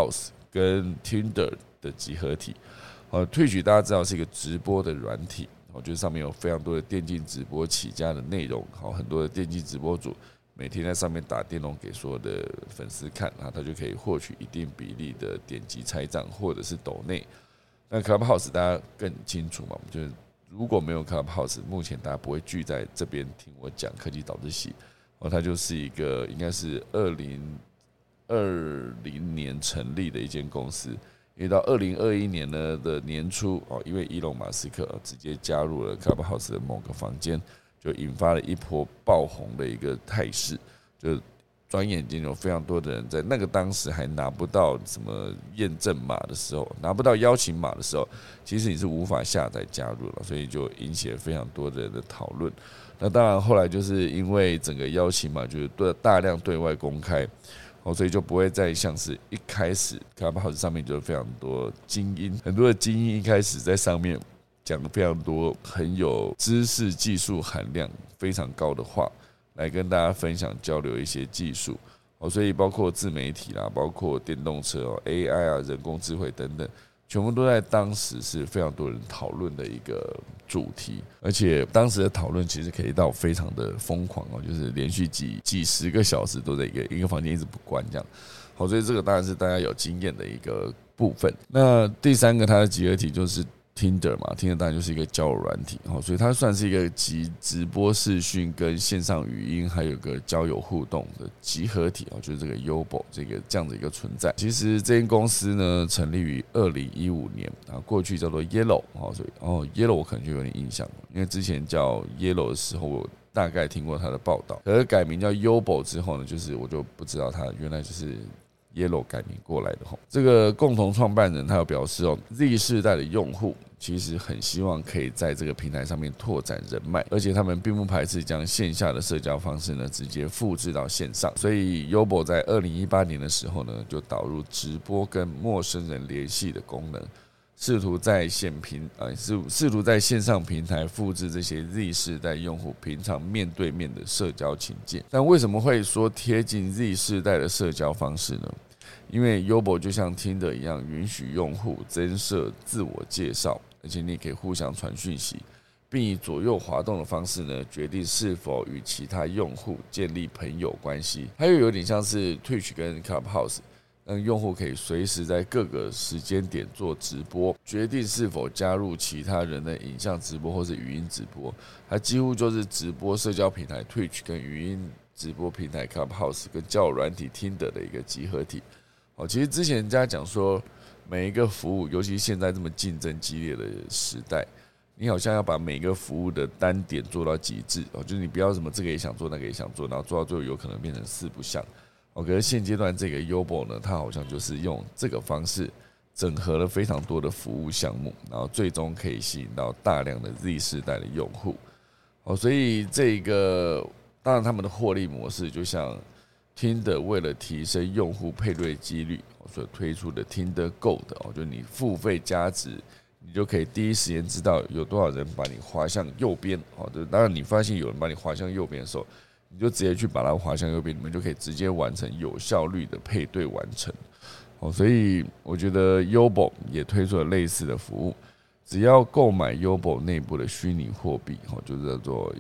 跟 Tinder 的集合体。呃，Twitch 大家知道是一个直播的软体，我觉得上面有非常多的电竞直播起家的内容，好，很多的电竞直播主每天在上面打电动给所有的粉丝看，啊，他就可以获取一定比例的点击拆账或者是抖内。那 Clubhouse 大家更清楚嘛，就是如果没有 Clubhouse， 目前大家不会聚在这边听我讲科技导日系，哦，它就是一个应该是二零二零年成立的一间公司。因为到二零二一年呢的年初，哦，因为伊隆马斯克直接加入了 Clubhouse 的某个房间，就引发了一波爆红的一个态势。就转眼间有非常多的人在那个当时还拿不到什么验证码的时候，拿不到邀请码的时候，其实你是无法下载加入了，所以就引起了非常多的人的讨论。那当然后来就是因为整个邀请码就是对大量对外公开。哦，所以就不会再像是一开始 Clubhouse 上面就有非常多精英，很多的精英一开始在上面讲非常多很有知识技术含量非常高的话，来跟大家分享交流一些技术。哦，所以包括自媒体啦，包括电动车哦、A I 啊、人工智慧等等，全部都在当时是非常多人讨论的一个主题，而且当时的讨论其实可以到非常的疯狂哦，就是连续几几十个小时都在一个一个房间一直不关这样。好，所以这个当然是大家有经验的一个部分。那第三个它的集合体就是 Tinder 嘛 ，Tinder 当然就是一个交友软体，所以它算是一个集直播视讯跟线上语音还有个交友互动的集合体，就是这个 Yobo 这个这样的一个存在。其实这间公司呢成立于二零一五年，过去叫做 Yellow， 所以哦 Yellow 我可能就有点印象，因为之前叫 Yellow 的时候我大概听过他的报道，可是改名叫 Yobo 之后呢，就是我就不知道他原来就是。Yellow 改名过来的吼，这个共同创办人他有表示哦 ，Z 世代的用户其实很希望可以在这个平台上面拓展人脉，而且他们并不排斥将线下的社交方式呢直接复制到线上。所以 Yobo 在二零一八年的时候呢，就导入直播跟陌生人联系的功能，试图在线平啊试试图在线上平台复制这些 Z 世代用户平常面对面的社交情境。但为什么会说贴近 Z 世代的社交方式呢？因为 Yobo 就像 Tinder 一样，允许用户增设自我介绍，而且你也可以互相传讯息，并以左右滑动的方式呢，决定是否与其他用户建立朋友关系。它又有点像是 Twitch 跟 Clubhouse， 让用户可以随时在各个时间点做直播，决定是否加入其他人的影像直播或是语音直播。它几乎就是直播社交平台 Twitch 跟语音直播平台 Clubhouse 跟交友软体 Tinder 的一个集合体。哦，其实之前人家讲说，每一个服务，尤其现在这么竞争激烈的时代，你好像要把每个服务的单点做到极致哦，就是你不要什么这个也想做，那个也想做，然后做到最后有可能变成四不像。哦，可是现阶段这个 Yobo 呢，它好像就是用这个方式整合了非常多的服务项目，然后最终可以吸引到大量的 Z 世代的用户。哦，所以这个当然他们的获利模式就像。Tinder 为了提升用户配对几率，所推出的 Tinder Gold， 就是你付费加值，你就可以第一时间知道有多少人把你滑向右边。当然，你发现有人把你滑向右边的时候，你就直接去把它滑向右边，你们就可以直接完成有效率的配对完成。所以我觉得 Yobo 也推出了类似的服务，只要购买 Yobo 内部的虚拟货币，就叫做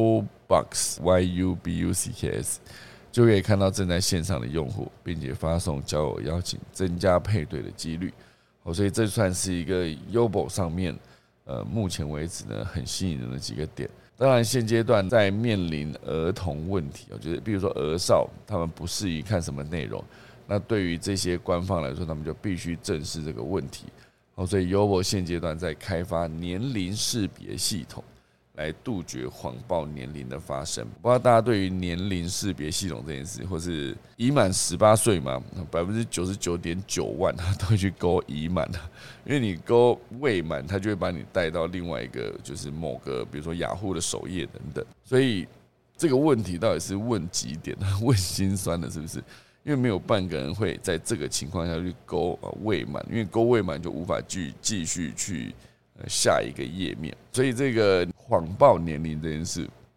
Yobucks Y U B U C K S。就可以看到正在线上的用户，并且发送交友邀请，增加配对的几率。所以这算是一个 Yobo 上面，呃，目前为止呢很吸引人的几个点。当然，现阶段在面临儿童问题，就是比如说儿少他们不适宜看什么内容，那对于这些官方来说，他们就必须正视这个问题。所以 Yobo 现阶段在开发年龄识别系统。来杜绝谎报年龄的发生。不知道大家对于年龄识别系统这件事，或是已满十八岁嘛，百分之九十九点九万他都会去勾已满，因为你勾未满，他就会把你带到另外一个，就是某个，比如说雅虎的首页等等。所以这个问题到底是问几点，问心酸的，是不是？因为没有半个人会在这个情况下去勾未满，因为勾未满就无法继续去下一个页面，所以这个谎报年龄这件事，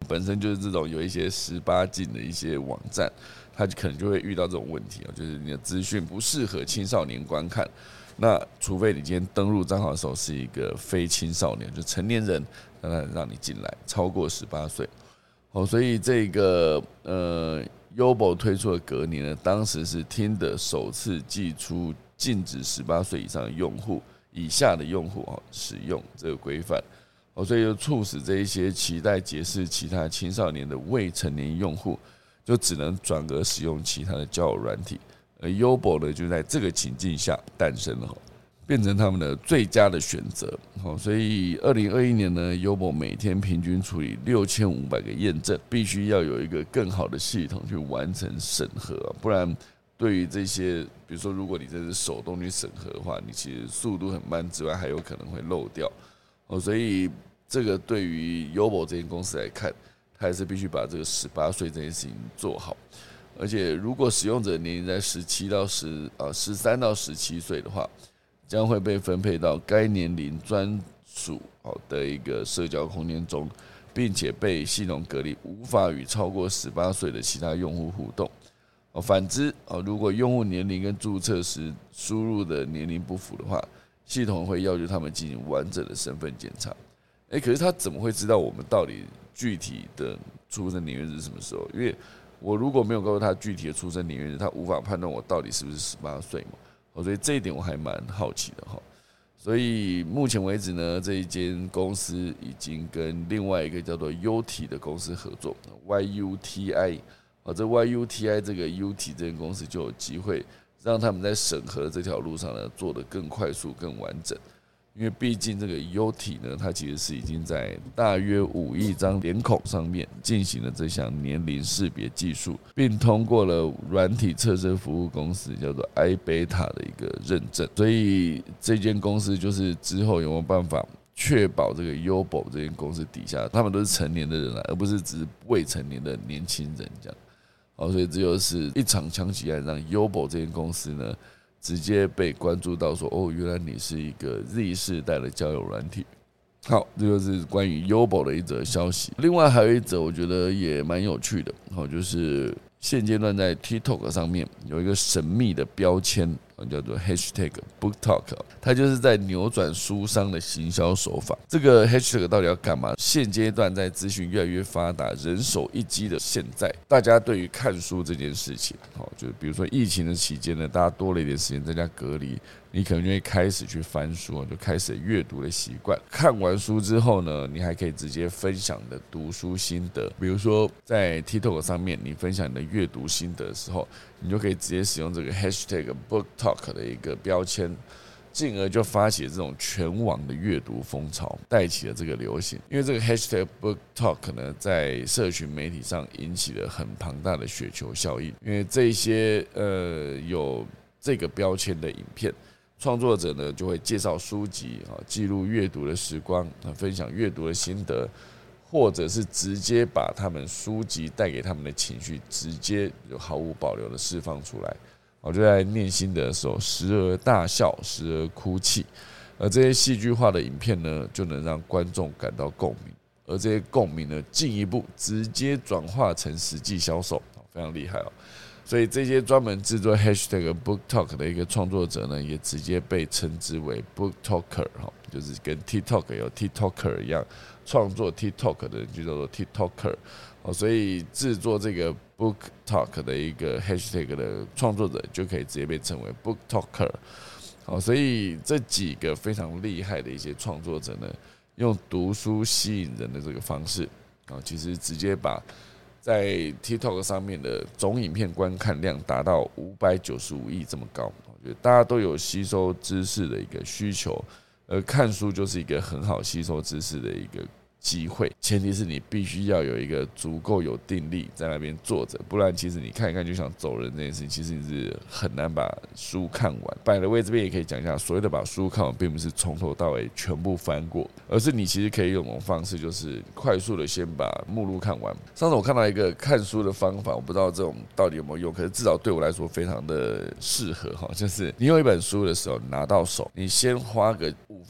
本身就是这种有一些十八禁的一些网站，它可能就会遇到这种问题，就是你的资讯不适合青少年观看。那除非你今天登录账号的时候是一个非青少年，就成年人，当然让你进来，超过十八岁。哦，所以这个呃 Yobo 推出的隔年呢，当时是 Tinder 首次祭出禁止十八岁以上的用户以下的用户使用这个规范。哦，所以就促使这一些期待结识其他青少年的未成年用户，就只能转而使用其他的交友软体。而 Yobo 呢，就在这个情境下诞生了，变成他们的最佳的选择。所以二零二一年呢 ，Yobo 每天平均处理六千五百个验证，必须要有一个更好的系统去完成审核，不然对于这些，比如说如果你这是手动去审核的话，你其实速度很慢之外，还有可能会漏掉。所以这个对于 Yobo 这间公司来看，它还是必须把这个十八岁这件事情做好。而且，如果使用者年龄在十七到十啊十三到十七岁的话，将会被分配到该年龄专属的一个社交空间中，并且被系统隔离，无法与超过十八岁的其他用户互动。反之，如果用户年龄跟注册时输入的年龄不符的话，系统会要求他们进行完整的身份检查。欸，可是他怎么会知道我们到底具体的出生年月日是什么时候？因为我如果没有告诉他具体的出生年月日，他无法判断我到底是不是十八岁嘛。所以这一点我还蛮好奇的哈。所以目前为止呢，这一间公司已经跟另外一个叫做 U T 的公司合作 ，Y U T I。啊，这 Y U T I 这个 U T 这间公司就有机会让他们在审核这条路上呢做得更快速、更完整。因为毕竟这个 U T 呢，它其实是已经在大约五亿张脸孔上面进行了这项年龄识别技术，并通过了软体测试服务公司叫做 iBeta 的一个认证。所以这间公司就是之后有没有办法确保这个 Yobo 这间公司底下，他们都是成年的人而不是只是未成年的年轻人这样。好，所以这就是一场枪击案，让 Yobo 这间公司呢直接被关注到说，哦，原来你是一个 Z 世代的交友软体。好，这就是关于 Yobo 的一则消息。另外还有一则我觉得也蛮有趣的，就是现阶段在 TikTok 上面有一个神秘的标签，叫做 hashtag BookTalk， 它就是在扭转书商的行销手法。这个 hashtag 到底要干嘛？现阶段在资讯越来越发达、人手一机的现在，大家对于看书这件事情，就是比如说疫情的期间呢，大家多了一点时间在家隔离，你可能就会开始去翻书，就开始阅读的习惯。看完书之后呢，你还可以直接分享你的读书心得，比如说在 TikTok 上面，你分享你的阅读心得的时候，你就可以直接使用这个 hashtag BookTalk 的一个标签，进而就发起这种全网的阅读风潮，带起了这个流行。因为这个 hashtag BookTalk 呢，在社群媒体上引起了很庞大的雪球效应。因为这些呃有这个标签的影片，创作者呢就会介绍书籍啊，记录阅读的时光，分享阅读的心得，或者是直接把他们书籍带给他们的情绪，直接就毫无保留的释放出来。我就在念心得的时候，时而大笑，时而哭泣，而这些戏剧化的影片呢，就能让观众感到共鸣，而这些共鸣呢，进一步直接转化成实际销售，非常厉害哦。所以这些专门制作 hashtag BookTalk 的一个创作者呢，也直接被称之为 BookTalker， 就是跟 TikTok 有 TikToker 一样，创作 TikTok 的人就叫做 TikToker。所以制作这个 BookTalk 的一个 hashtag 的创作者就可以直接被称为 BookTalker。好，所以这几个非常厉害的一些创作者呢，用读书吸引人的这个方式，其实直接把在 TikTok 上面的总影片观看量达到五百九十五亿这么高。我觉得大家都有吸收知识的一个需求，而看书就是一个很好吸收知识的一个机会，前提是你必须要有一个足够有定力在那边坐着，不然其实你看一看就想走人这件事情，其实你是很难把书看完。by the way，这边也可以讲一下，所谓的把书看完，并不是从头到尾全部翻过，而是你其实可以用一种方式，就是快速的先把目录看完。上次我看到一个看书的方法，我不知道这种到底有没有用，可是至少对我来说非常的适合哈，就是你有一本书的时候，你拿到手，你先花个五分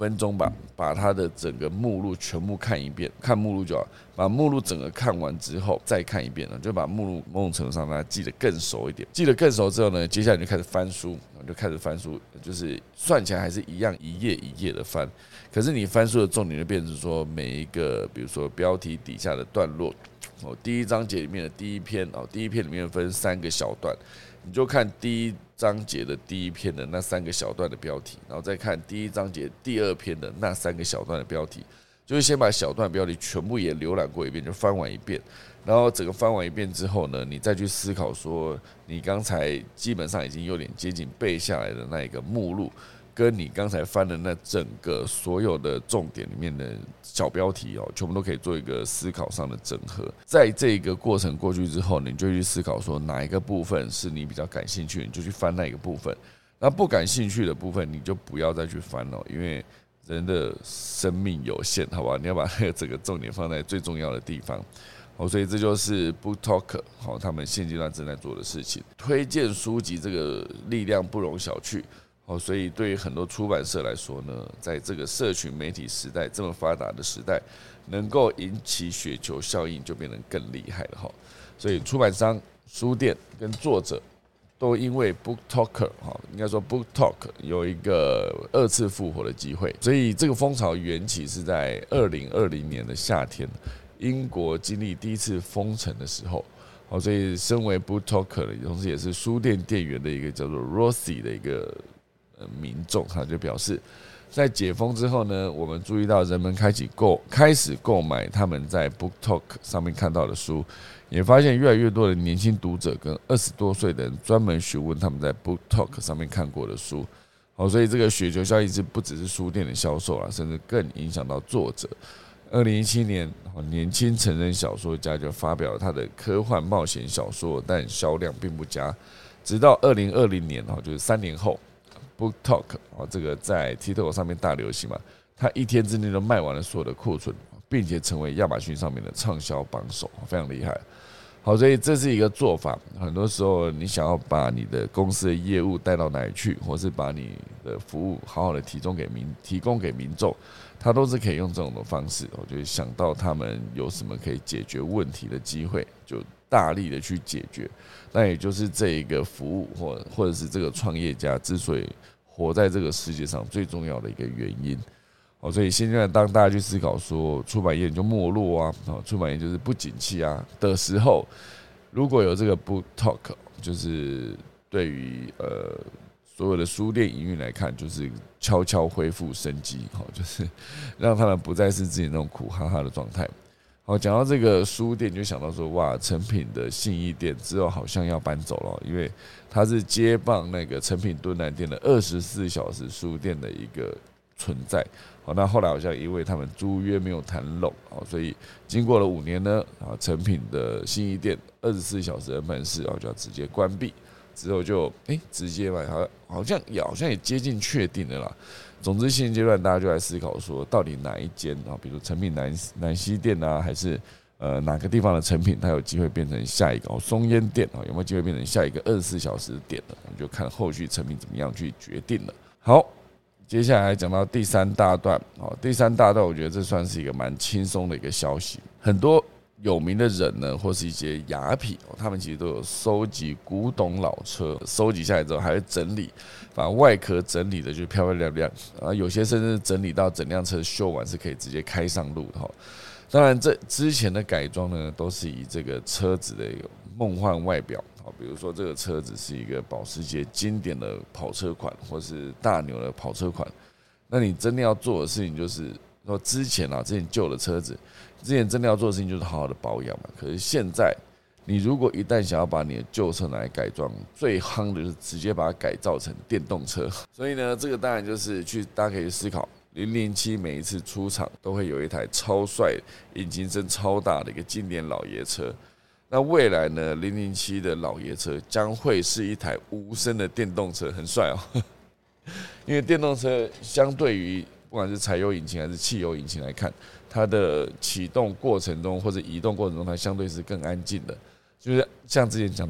分钟吧，把它的整个目录全部看一遍，看目录就好。把目录整个看完之后，再看一遍呢，就把目录某种程度上让它记得更熟一点。记得更熟之后呢，接下来你就开始翻书，就开始翻书，就是算起来还是一样一页一页的翻。可是你翻书的重点就变成说，每一个比如说标题底下的段落，哦，第一章节里面的第一篇哦，第一篇里面分三个小段。你就看第一章节的第一篇的那三个小段的标题，然后再看第一章节第二篇的那三个小段的标题，就是先把小段标题全部也浏览过一遍，就翻完一遍，然后整个翻完一遍之后呢，你再去思考说，你刚才基本上已经有点接近背下来的那一个目录，跟你刚才翻的那整个所有的重点里面的小标题哦，全部都可以做一个思考上的整合。在这个过程过去之后，你就去思考说哪一个部分是你比较感兴趣，你就去翻那一个部分。那不感兴趣的部分，你就不要再去翻了，因为人的生命有限，好吧？你要把那个整个重点放在最重要的地方。好，所以这就是 BookTok 好，他们现阶段正在做的事情。推荐书籍这个力量不容小觑。哦，所以对于很多出版社来说呢，在这个社群媒体时代这么发达的时代，能够引起雪球效应就变得更厉害了哈。所以出版商、书店跟作者都因为 BookToker 哈，应该说 BookTok 有一个二次复活的机会。所以这个风潮缘起是在二零二零年的夏天，英国经历第一次封城的时候。好，所以身为 BookToker 的，同时也是书店店员的一个叫做 Rosie 的一个民众，他就表示，在解封之后呢，我们注意到人们开始购开始购买他们在 BookTok 上面看到的书，也发现越来越多的年轻读者跟二十多岁的人专门询问他们在 BookTok 上面看过的书。好，所以这个雪球效应是不只是书店的销售啦，甚至更影响到作者。二零一七年，年轻成人小说家就发表了他的科幻冒险小说，但销量并不佳。直到二零二零年，就是三年后。BookTok 这个在 TikTok 上面大流行嘛，它一天之内就卖完了所有的库存，并且成为亚马逊上面的畅销榜首，非常厉害。好，所以这是一个做法。很多时候，你想要把你的公司的业务带到哪里去，或是把你的服务好好的提供给民提供给民众，它都是可以用这种的方式。我就想到他们有什么可以解决问题的机会，就大力的去解决。那也就是这一个服务或或者是这个创业家之所以活在这个世界上最重要的一个原因。所以现在当大家去思考说出版业就没落啊，出版业就是不景气啊的时候，如果有这个 BookTok， 就是对于呃所有的书店营运来看，就是悄悄恢复生机，就是让他们不再是自己那种苦哈哈的状态。好，讲到这个书店，就想到说，哇，诚品的信义店之后好像要搬走了，因为它是接棒那个诚品敦南店的二十四小时书店的一个存在。好，那后来好像因为他们租约没有谈拢，所以经过了五年呢，啊，诚品的信义店二十四小时的门市啊就要直接关闭，之后就哎、欸、直接嘛，好好像也好像也接近确定了啦。总之，现阶段大家就在思考说，到底哪一间啊，比如诚品南南西店啊，还是呃哪个地方的诚品，它有机会变成下一个松烟店啊，有没有机会变成下一个二十四小时的店呢？我们就看后续诚品怎么样去决定了。好，接下来讲到第三大段，第三大段我觉得这算是一个蛮轻松的一个消息，很多有名的人呢，或是一些雅痞，他们其实都有收集古董老车，收集下来之后还会整理，把外壳整理的就漂漂亮亮，啊，有些甚至整理到整辆车修完是可以直接开上路的哈。当然，这之前的改装呢，都是以这个车子的一个梦幻外表，比如说这个车子是一个保时捷经典的跑车款，或是大牛的跑车款，那你真的要做的事情就是说，之前啊，之前旧的车子。之前真的要做的事情就是好好的保养嘛，可是现在你如果一旦想要把你的旧车拿来改装，最夯的就是直接把它改造成电动车。所以呢，这个当然就是去大家可以去思考，零零七每一次出场都会有一台超帅、引擎声超大的一个经典老爷车。那未来呢，零零七的老爷车将会是一台无声的电动车，很帅哦。因为电动车相对于不管是柴油引擎还是汽油引擎来看，它的启动过程中或者移动过程中，它相对是更安静的。就是像之前讲到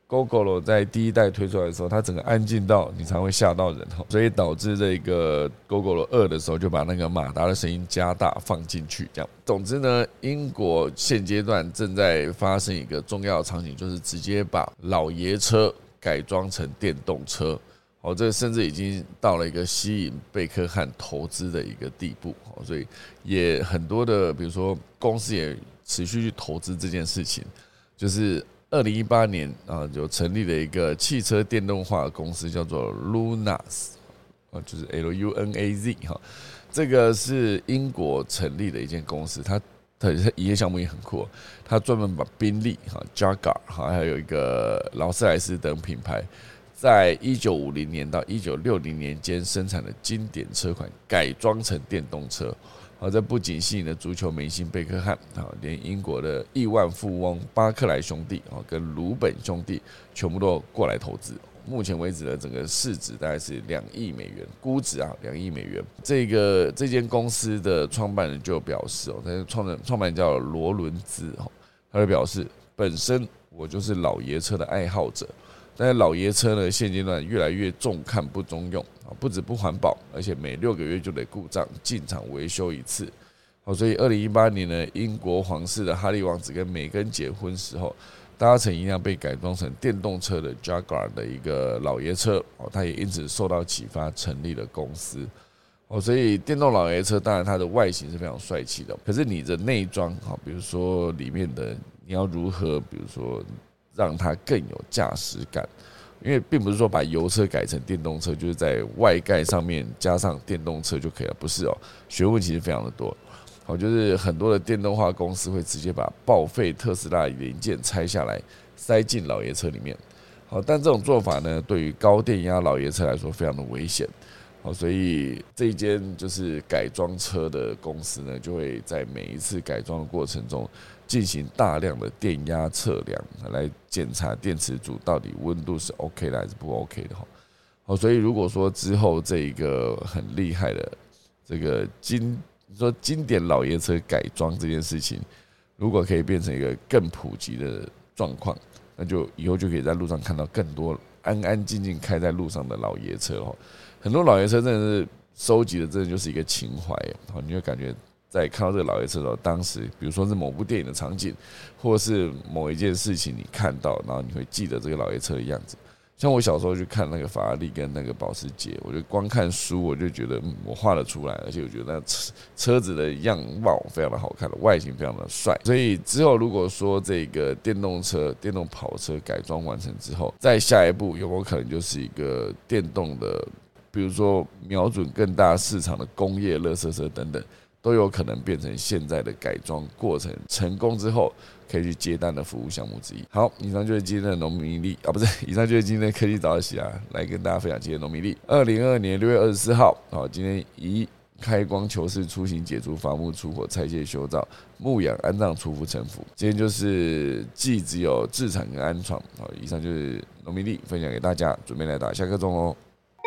Gogoro 在第一代推出来的时候，它整个安静到你才会吓到人，所以导致这个 Gogoro 二的时候就把那个马达的声音加大放进去。这样，总之呢，英国现阶段正在发生一个重要的场景，就是直接把老爷车改装成电动车。哦，这甚至已经到了一个吸引贝克汉投资的一个地步，所以也很多的，比如说公司也持续去投资这件事情。就是二零一八年啊，就成立了一个汽车电动化的公司，叫做 Lunas， 就是 L U N A Z 哈。这个是英国成立的一间公司，它它营业项目也很酷，它专门把宾利、哈 Jaguar 哈还有一个劳斯莱斯等品牌，在一九五零年到一九六零年间生产的经典车款改装成电动车。好，这不仅吸引了足球明星贝克汉，连英国的亿万富翁巴克莱兄弟跟鲁本兄弟全部都过来投资。目前为止的整个市值大概是两亿美元，估值啊两亿美元。这个这间公司的创办人就表示哦，他创人创办人叫罗伦兹哦，他就表示本身我就是老爷车的爱好者。但是老爷车呢，现阶段越来越重看不中用，不止不环保，而且每六个月就得故障进厂维修一次。所以二零一八年呢，英国皇室的哈利王子跟梅根结婚时候，搭乘一辆被改装成电动车的 Jaguar 的一个老爷车，他也因此受到启发，成立了公司。所以电动老爷车当然它的外形是非常帅气的，可是你的内装，比如说里面的你要如何，比如说让它更有驾驶感，因为并不是说把油车改成电动车，就是在外盖上面加上电动车就可以了，不是哦，学问其实非常的多。好，就是很多的电动化公司会直接把报废特斯拉零件拆下来塞进老爷车里面。好，但这种做法呢，对于高电压老爷车来说非常的危险。好，所以这一间就是改装车的公司呢，就会在每一次改装的过程中进行大量的电压测量，来检查电池组到底温度是 OK 的还是不 OK 的。好，所以如果说之后这一个很厉害的这个经说经典老爷车改装这件事情，如果可以变成一个更普及的状况，那就以后就可以在路上看到更多安安静静开在路上的老爷车。很多老爷车真的是收集的，真的就是一个情怀。你会感觉在看到这个老爷车的时候，当时比如说是某部电影的场景，或是某一件事情你看到，然后你会记得这个老爷车的样子。像我小时候去看那个法拉利跟那个保时捷，我就光看书我就觉得，嗯，我画得出来，而且我觉得那车子的样貌非常的好看，外形非常的帅。所以之后如果说这个电动车、电动跑车改装完成之后，再下一步有没有可能就是一个电动的？比如说瞄准更大市场的工业垃圾车等等，都有可能变成现在的改装过程成功之后可以去接单的服务项目之一。好，以上就是今天的农民历啊，不是，以上就是今天的科技早起啊，来跟大家分享今天的农民历。二零二二年六月二十四号，好，今天一开光求是出行解除伐木出火拆卸修造牧养安葬除福成福。今天就是既只有自产跟安床。好，以上就是农民历分享给大家，准备来打下课钟哦。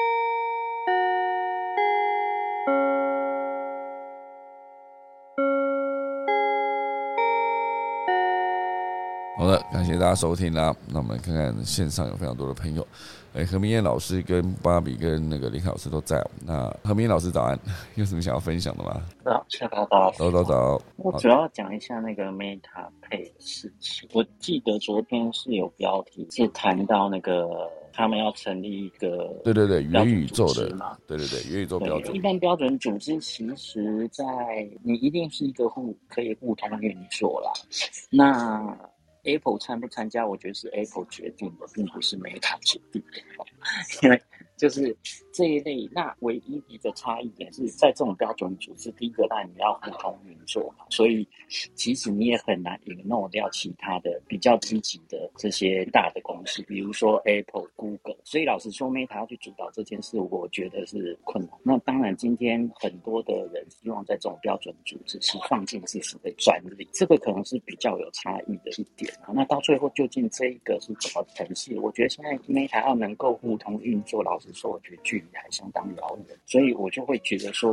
好的，感谢大家收听啦。那我们看看线上有非常多的朋友，哎，何明燕老师跟芭比跟那个林老师都在。那何明燕老师早安，有什么想要分享的吗？ 早，下早早早早早。 我主要讲一下那个 Meta Pay 的事情。我记得昨天是有标题是谈到那个他们要成立一个对对对元宇宙的嘛，对对对元宇宙标准。 一般标准组织其实在你一定是一个互可以互通运作啦。那Apple 参不参加，我觉得是 Apple 决定的，并不是 Meta 决定的，因为就是这一类，那唯一一个差异点是在这种标准组织，第一个当然你要互通运作嘛，所以其实你也很难 ignore 掉其他的比较积极的这些大的公司，比如说 Apple、Google。所以老实说 ，Meta 要去主导这件事，我觉得是困难。那当然，今天很多的人希望在这种标准组织是放进自己的专利，这个可能是比较有差异的一点。那到最后究竟这一个是怎么呈现？我觉得现在 Meta 要能够互通运作，老实说，我觉得距离还相当遥远。所以我就会觉得说，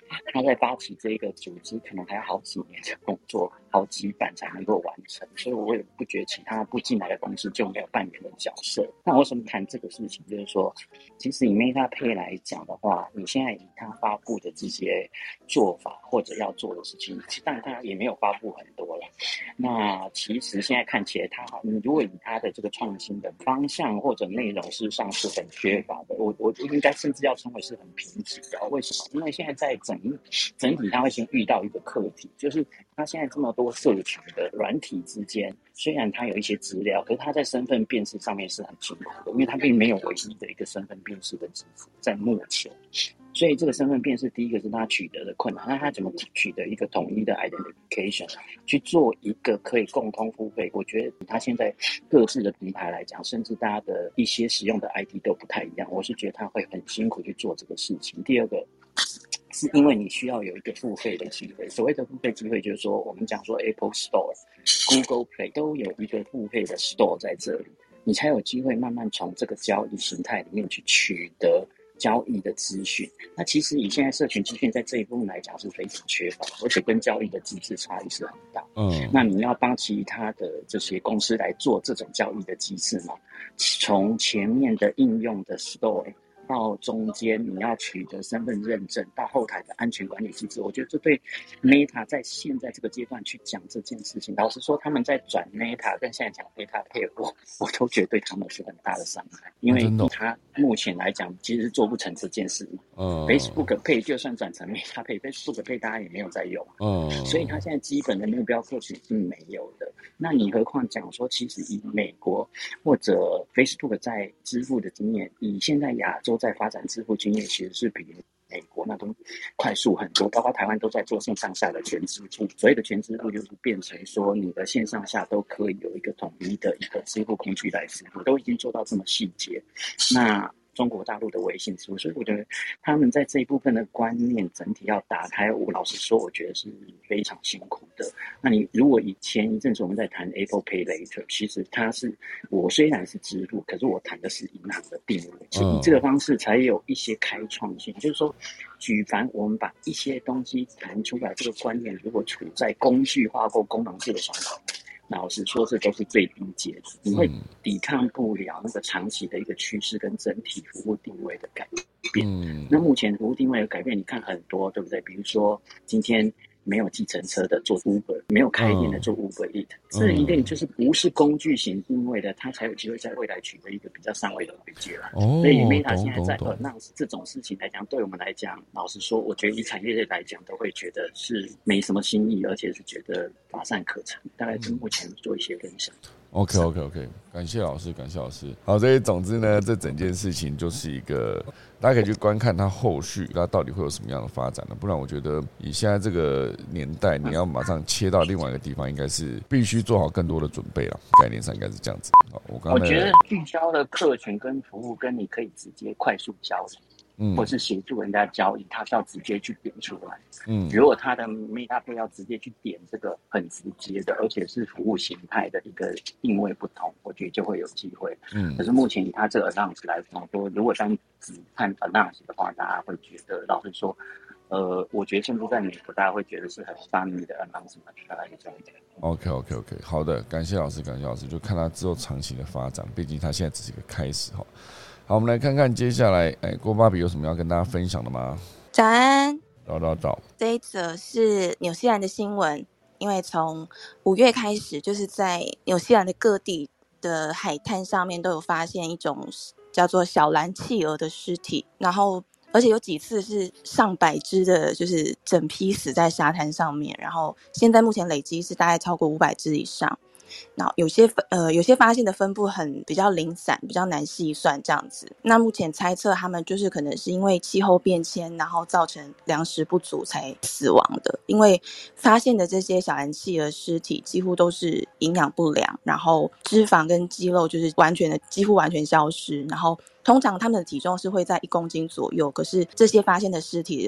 他在发起这个组织，可能还要好几年的工作，好几版才能够完成。所以我也不觉得其他不进来的公司就没有扮演的角色。那为什么谈这个事情？就是说，其实以 Meta Pay 来讲的话，你现在以他发布的这些做法或者要做的事情，当然他也没有发布很多了。那其实现在看起来他，你如果以他的这个创新的方向或者内容事实上是很缺乏的，我我应该甚至要称为是很贫瘠的。为什么？因为现在在整整体他会先遇到一个课题，就是他现在这么多社群的软体之间，虽然他有一些资料，可是他在身份辨识上面是很辛苦的，因为他并没有唯一的一个身份辨识的技术在目前。所以这个身份辨识，第一个是他取得的困难，那他怎么取得一个统一的 identification， 去做一个可以共通付费？我觉得他现在各自的平台来讲，甚至大家的一些使用的 I D 都不太一样，我是觉得他会很辛苦去做这个事情。第二个是因为你需要有一个付费的机会，所谓的付费机会就是说，我们讲说 Apple Store、Google Play 都有一个付费的 Store 在这里，你才有机会慢慢从这个交易形态里面去取得交易的资讯。那其实以现在社群资讯在这一部分来讲是非常缺乏，而且跟交易的机制差异是很大。嗯，那你要帮其他的这些公司来做这种交易的机制嘛？从前面的应用的 Store 到中间你要取得身份认证，到后台的安全管理机制，我觉得这对 Meta 在现在这个阶段去讲这件事情，老实说他们在转 Meta 跟现在讲 Meta Pay， 我我都觉得对他们是很大的伤害，因为他目前来讲其实是做不成这件事。嗯 Facebook Pay 就算转成 Meta Pay， Facebook Pay 大家也没有在用，嗯，所以他现在基本的目标客群是没有的。那你何况讲说，其实以美国或者 Facebook 在支付的经验，以现在亚洲在发展支付经验，其实是比美国那都快速很多，包括台湾都在做线上下的全支付。所谓的全支付就是变成说，你的线上下都可以有一个统一的一个支付工具来支付，都已经做到这么细节。那中国大陆的微信支付，所以我觉得他们在这一部分的观念整体要打开，我老实说，我觉得是非常辛苦的。那你如果以前一阵子我们在谈 Apple Pay Later， 其实它是我虽然是支付，可是我谈的是银行的定位，所以以这个方式才有一些开创性。嗯、就是说，举凡我们把一些东西谈出来，这个观念如果处在工具化或功能式的想法，老实说，这都是最低阶的，你会抵抗不了那个长期的一个趋势跟整体服务定位的改变。嗯、那目前服务定位的改变，你看很多，对不对？比如说今天没有计程车的做 Uber， 没有开店的做 Uber Eat，、嗯、这一定就是不是工具型定位的，它才有机会在未来取得一个比较上位的位阶了。哦、所以 Meta 现在在 announce 这种事情来讲，对我们来讲，老实说，我觉得以产业链来讲，都会觉得是没什么新意，而且是觉得乏善可陈。大概是目前做一些分享。 OK OK OK， 感谢老师，感谢老师。好，所以总之呢，这整件事情就是一个大家可以去观看它后续它到底会有什么样的发展呢？不然我觉得以现在这个年代，你要马上切到另外一个地方，应该是必须做好更多的准备了。概念上应该是这样子。好，我刚才我觉得聚焦的客群跟服务，跟你可以直接快速交流。嗯，或是协助人家交易，他是要直接去点出来。嗯，如果他的 Meta Pay 要直接去点这个很直接的，而且是服务形态的一个定位不同，我觉得就会有机会。嗯，可是目前以他这个 announce 来说，如果单只看 announce 的话，大家会觉得，老实说，呃，我觉得甚至在美国，大家会觉得是很 funny 的 announcement， 大概是这样子。 OK OK OK， 好的，感谢老师，感谢老师，就看他之后长期的发展，毕竟他现在只是一个开始哈。好，我们来看看接下来，哎，郭芭比有什么要跟大家分享的吗？ 早安， 早早早。 这一则是纽西兰的新闻，因为从五月开始，就是在纽西兰的各地的海滩上面都有发现一种叫做小蓝企鹅的尸体，然后而且有几次是上百只的，就是整批死在沙滩上面，然后现在目前累积是大概超过五百只以上。那有些呃有些发现的分布很比较零散，比较难细算这样子。那目前猜测他们就是可能是因为气候变迁，然后造成粮食不足才死亡的。因为发现的这些小蓝企鹅尸体几乎都是营养不良，然后脂肪跟肌肉就是完全的几乎完全消失，然后通常他们的体重是会在一公斤左右，可是这些发现的尸体的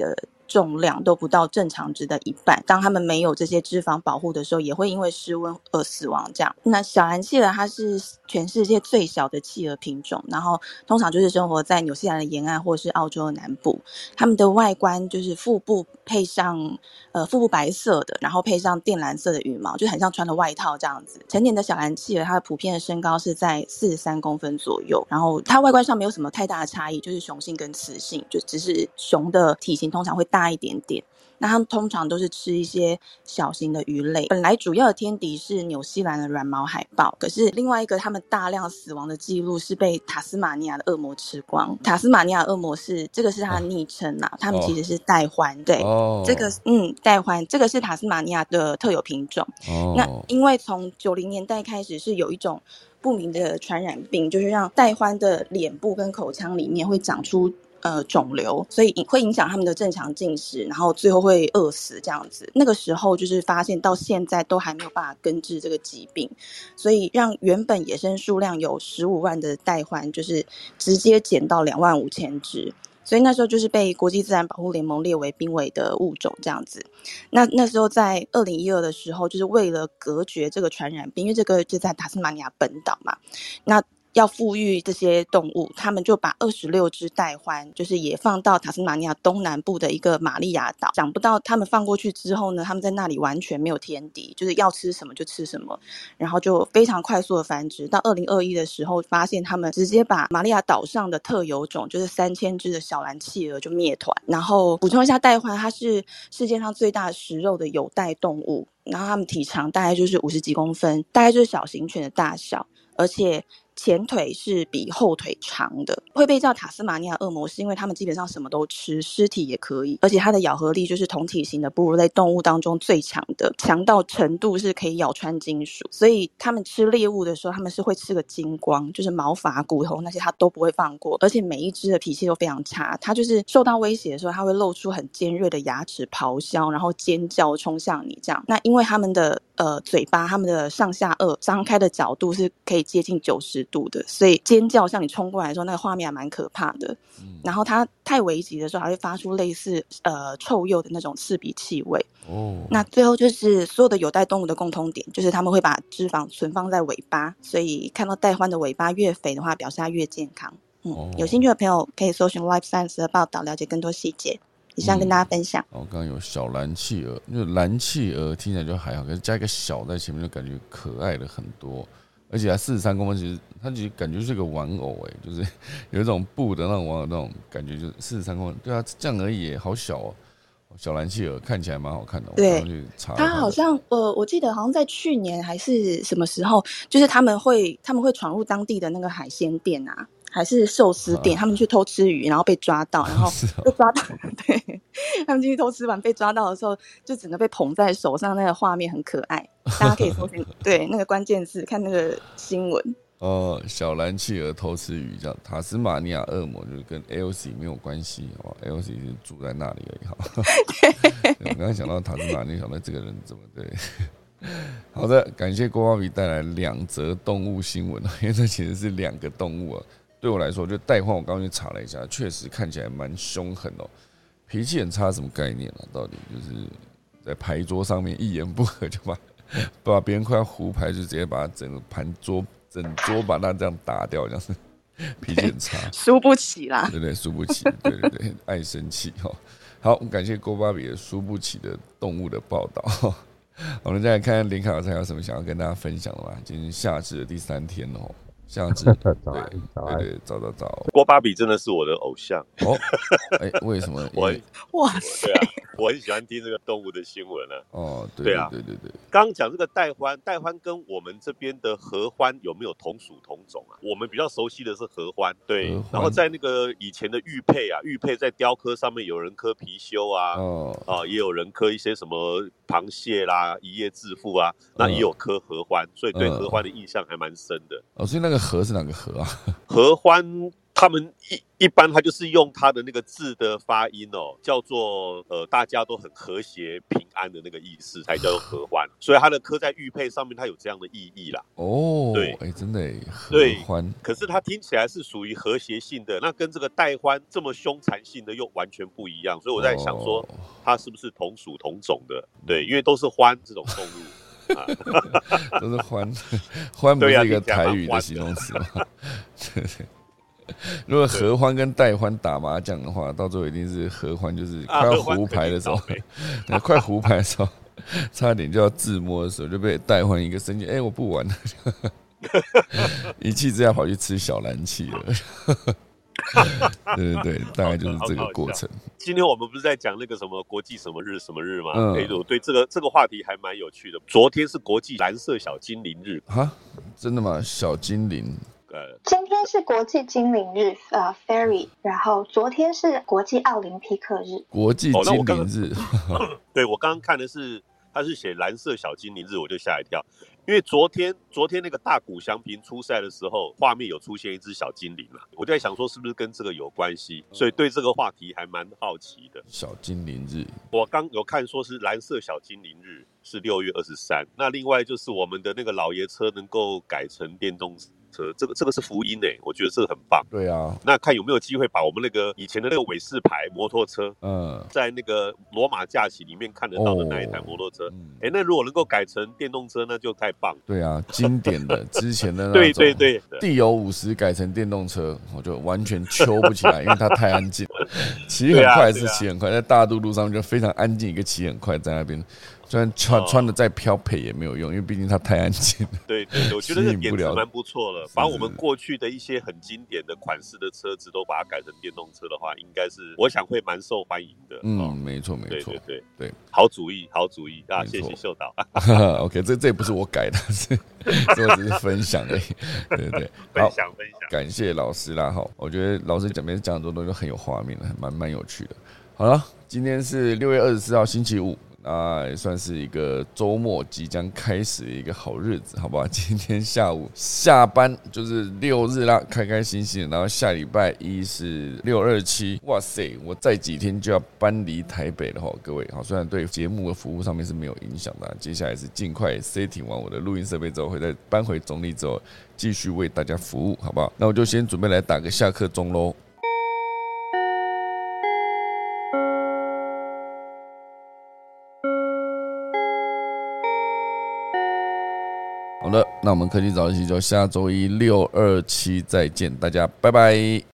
重量都不到正常值的一半。当它们没有这些脂肪保护的时候，也会因为失温而死亡。这样，那小蓝企鹅它是全世界最小的企鹅品种，然后通常就是生活在纽西兰的沿岸或是澳洲的南部。它们的外观就是腹部配上呃腹部白色的，然后配上靛蓝色的羽毛，就很像穿的外套这样子。成年的小蓝企鹅它的普遍的身高是在四十三公分左右，然后它外观上没有什么太大的差异，就是雄性跟雌性，就只是雄的体型通常会大一点点。那它们通常都是吃一些小型的鱼类。本来主要的天敌是纽西兰的软毛海豹，可是另外一个它们大量死亡的记录是被塔斯马尼亚的恶魔吃光。塔斯马尼亚恶魔是这个是它的昵称啊，它们其实是带獾，对， 哦， 这个嗯带獾，这个是塔斯马尼亚的特有品种。 哦， 那因为从九零年代开始是有一种不明的传染病，就是让带獾的脸部跟口腔里面会长出呃肿瘤，所以会影响他们的正常进食，然后最后会饿死这样子。那个时候就是发现到现在都还没有办法根治这个疾病，所以让原本野生数量有十五万的带獾就是直接减到两万五千只。所以那时候就是被国际自然保护联盟列为濒危的物种这样子。那那时候在二零一二的时候，就是为了隔绝这个传染病，因为这个就在塔斯马尼亚本岛嘛，那要富裕这些动物，他们就把二十六只带獾就是也放到塔斯马尼亚东南部的一个玛利亚岛。想不到他们放过去之后呢，他们在那里完全没有天敌，就是要吃什么就吃什么，然后就非常快速的繁殖。到二零二一的时候发现他们直接把玛利亚岛上的特有种就是三千只的小蓝企鹅就灭团。然后补充一下，带獾它是世界上最大食肉的有袋动物，然后它们体长大概就是五十几公分，大概就是小型犬的大小，而且前腿是比后腿长的。会被叫塔斯马尼亚恶魔是因为它们基本上什么都吃，尸体也可以，而且它的咬合力就是同体型的哺乳类动物当中最强的，强到程度是可以咬穿金属。所以它们吃猎物的时候，它们是会吃个精光，就是毛发骨头那些它都不会放过，而且每一只的脾气都非常差。它就是受到威胁的时候，它会露出很尖锐的牙齿咆哮，然后尖叫冲向你这样。那因为它们的呃嘴巴，它们的上下颚张开的角度是可以接近九十度的，所以尖叫向你冲过来的时候，那个画面还蛮可怕的。嗯、然后它太危急的时候，还会发出类似呃臭鼬的那种刺鼻气味。哦，那最后就是所有的有袋动物的共通点，就是他们会把脂肪存放在尾巴，所以看到带獾的尾巴越肥的话，表示它越健康。嗯，哦、有兴趣的朋友可以搜寻 Life Science 的报道，了解更多细节。以上跟大家分享。 嗯、哦，刚刚有小蓝企鹅，因为蓝企鹅听起来就还好，可是加一个小在前面，就感觉可爱了很多。而且它四十三公分，其实它其实感觉是个玩偶哎，就是有一种布的那种玩偶那种感觉，就是四十三公分，对啊，这样而已，好小哦。小蓝企鹅看起来蛮好看的， 对，它好像呃，我记得好像在去年还是什么时候，就是他们会他们会闯入当地的那个海鲜店啊，还是寿司店，啊、他们去偷吃鱼，然后被抓到，然后被抓到，对，他们进去偷吃完被抓到的时候，就整个被捧在手上，那个画面很可爱，大家可以搜寻对那个关键字看那个新闻。 哦，小蓝企鹅偷吃鱼，这样塔斯马尼亚恶魔就是跟 L C 没有关系哦 ，L C 是住在那里而已哈。我刚刚想到塔斯马尼亚，想到这个人怎么对？好的，感谢郭爸比带来两则动物新闻，因为这其实是两个动物啊。对我来说，就带獾，我刚刚去查了一下，确实看起来蛮凶狠哦，脾气很差，什么概念啊？到底就是在牌桌上面一言不合就把把别人快要胡牌，就直接把整个盘桌。整桌把它这样打掉，这样子脾气很差， 输不起啦， 对对，输不起，对对对，爱生气哈。好，感谢郭爸比的输不起的动物的报道。我们再来看看林凯老师还有什么想要跟大家分享的吗？今天夏至的第三天哦，夏至，对对对，早早早。 郭爸比真的是我的偶像哦，哎，为什么？ 我哇塞！ 我很喜欢听这个动物的新闻啊。 哦，对啊，对对对。 刚刚讲这个带獾，带獾跟我们这边的合獾有没有同属同种啊？我们比较熟悉的是合獾，对。然后在那个以前的玉佩啊，玉佩在雕刻上面有人刻貔貅啊，哦啊，也有人刻一些什么螃蟹啦、一叶致富啊，那也有刻合獾，所以对合獾的印象还蛮深的。 哦，所以那个合是哪个合啊？ 合獾。他们一一般他就是用他的那个字的发音哦，叫做呃大家都很和谐平安的那个意思，才叫做合欢。所以它的刻在玉佩上面，它有这样的意义啦。 哦， 对， 哎，真的耶，合欢。 可是它听起来是属于和谐性的，那跟这个带欢这么凶残性的又完全不一样。所以我在想说，它是不是同属同种的？对，因为都是獾这种动物。啊、 都是獾，獾不是一个台语的形容词吗？对对。如果合欢跟带欢打麻将的话，到最后一定是合欢，就是快要胡牌的时候，啊、快胡牌的时候，差点就要自摸的时候，就被带欢一个生气，哎、欸，我不玩了，一气之下跑去吃小蓝气了。对对对，大概就是这个过程。 今天我们不是在讲那个什么国际什么日什么日吗？嗯，哎，我对这个这个话题还蛮有趣的。昨天是国际蓝色小精灵日哈，真的吗？小精灵。 呃，今天是国际精灵日，呃 ，Fairy， 然后昨天是国际奥林匹克日。 国际精灵日， 哦、对我刚刚看的是，他是写蓝色小精灵日，我就吓一跳，因为昨天昨天那个大谷翔平出赛的时候，画面有出现一只小精灵了，我就在想说是不是跟这个有关系，所以对这个话题还蛮好奇的。 小精灵日， 我刚有看说是蓝色小精灵日是六月二十三，那另外就是我们的那个老爷车能够改成电动车，这个这个是福音诶，我觉得这个很棒。 对啊， 那看有没有机会把我们那个以前的那个韦氏牌摩托车，嗯，在那个罗马假期里面看得到的那一台摩托车，哎、哦嗯，那如果能够改成电动车，那就太棒了。 对啊，经典的之前的那种， 对对对， 地有五十改成电动车，我就完全揪不起来，因为它太安静了，骑很快是骑很快，在大渡路上就非常安静，一个骑很快在那边。虽然穿穿的再飘配也没有用，因为毕竟它太安静了。 对对，我觉得这个点子蛮不错了。把我们过去的一些很经典的款式的车子都把它改成电动车的话，应该是我想会蛮受欢迎的。 嗯，哦、没错没错， 对对对, 对， 好主意好主意啊！谢谢秀导。 OK， 这这也不是我改的，是是我只是分享而已。对对对， 分享分享， 感谢老师啦哈。我觉得老师讲每次讲很多东西都很有画面的，蛮蛮有趣的。好了，今天是六月二十四号星期五。那也算是一个周末即将开始的一个好日子，好不好？今天下午下班就是六日啦，开开心心的。然后下礼拜一是六二七，哇塞，我再几天就要搬离台北了哈，各位好。虽然对节目的服务上面是没有影响的，接下来是尽快 setting 完我的录音设备之后，会再搬回中立之后，继续为大家服务，好不好？那我就先准备来打个下课钟喽。好的，那我们科技早自习就下周一六二七再见，大家拜拜。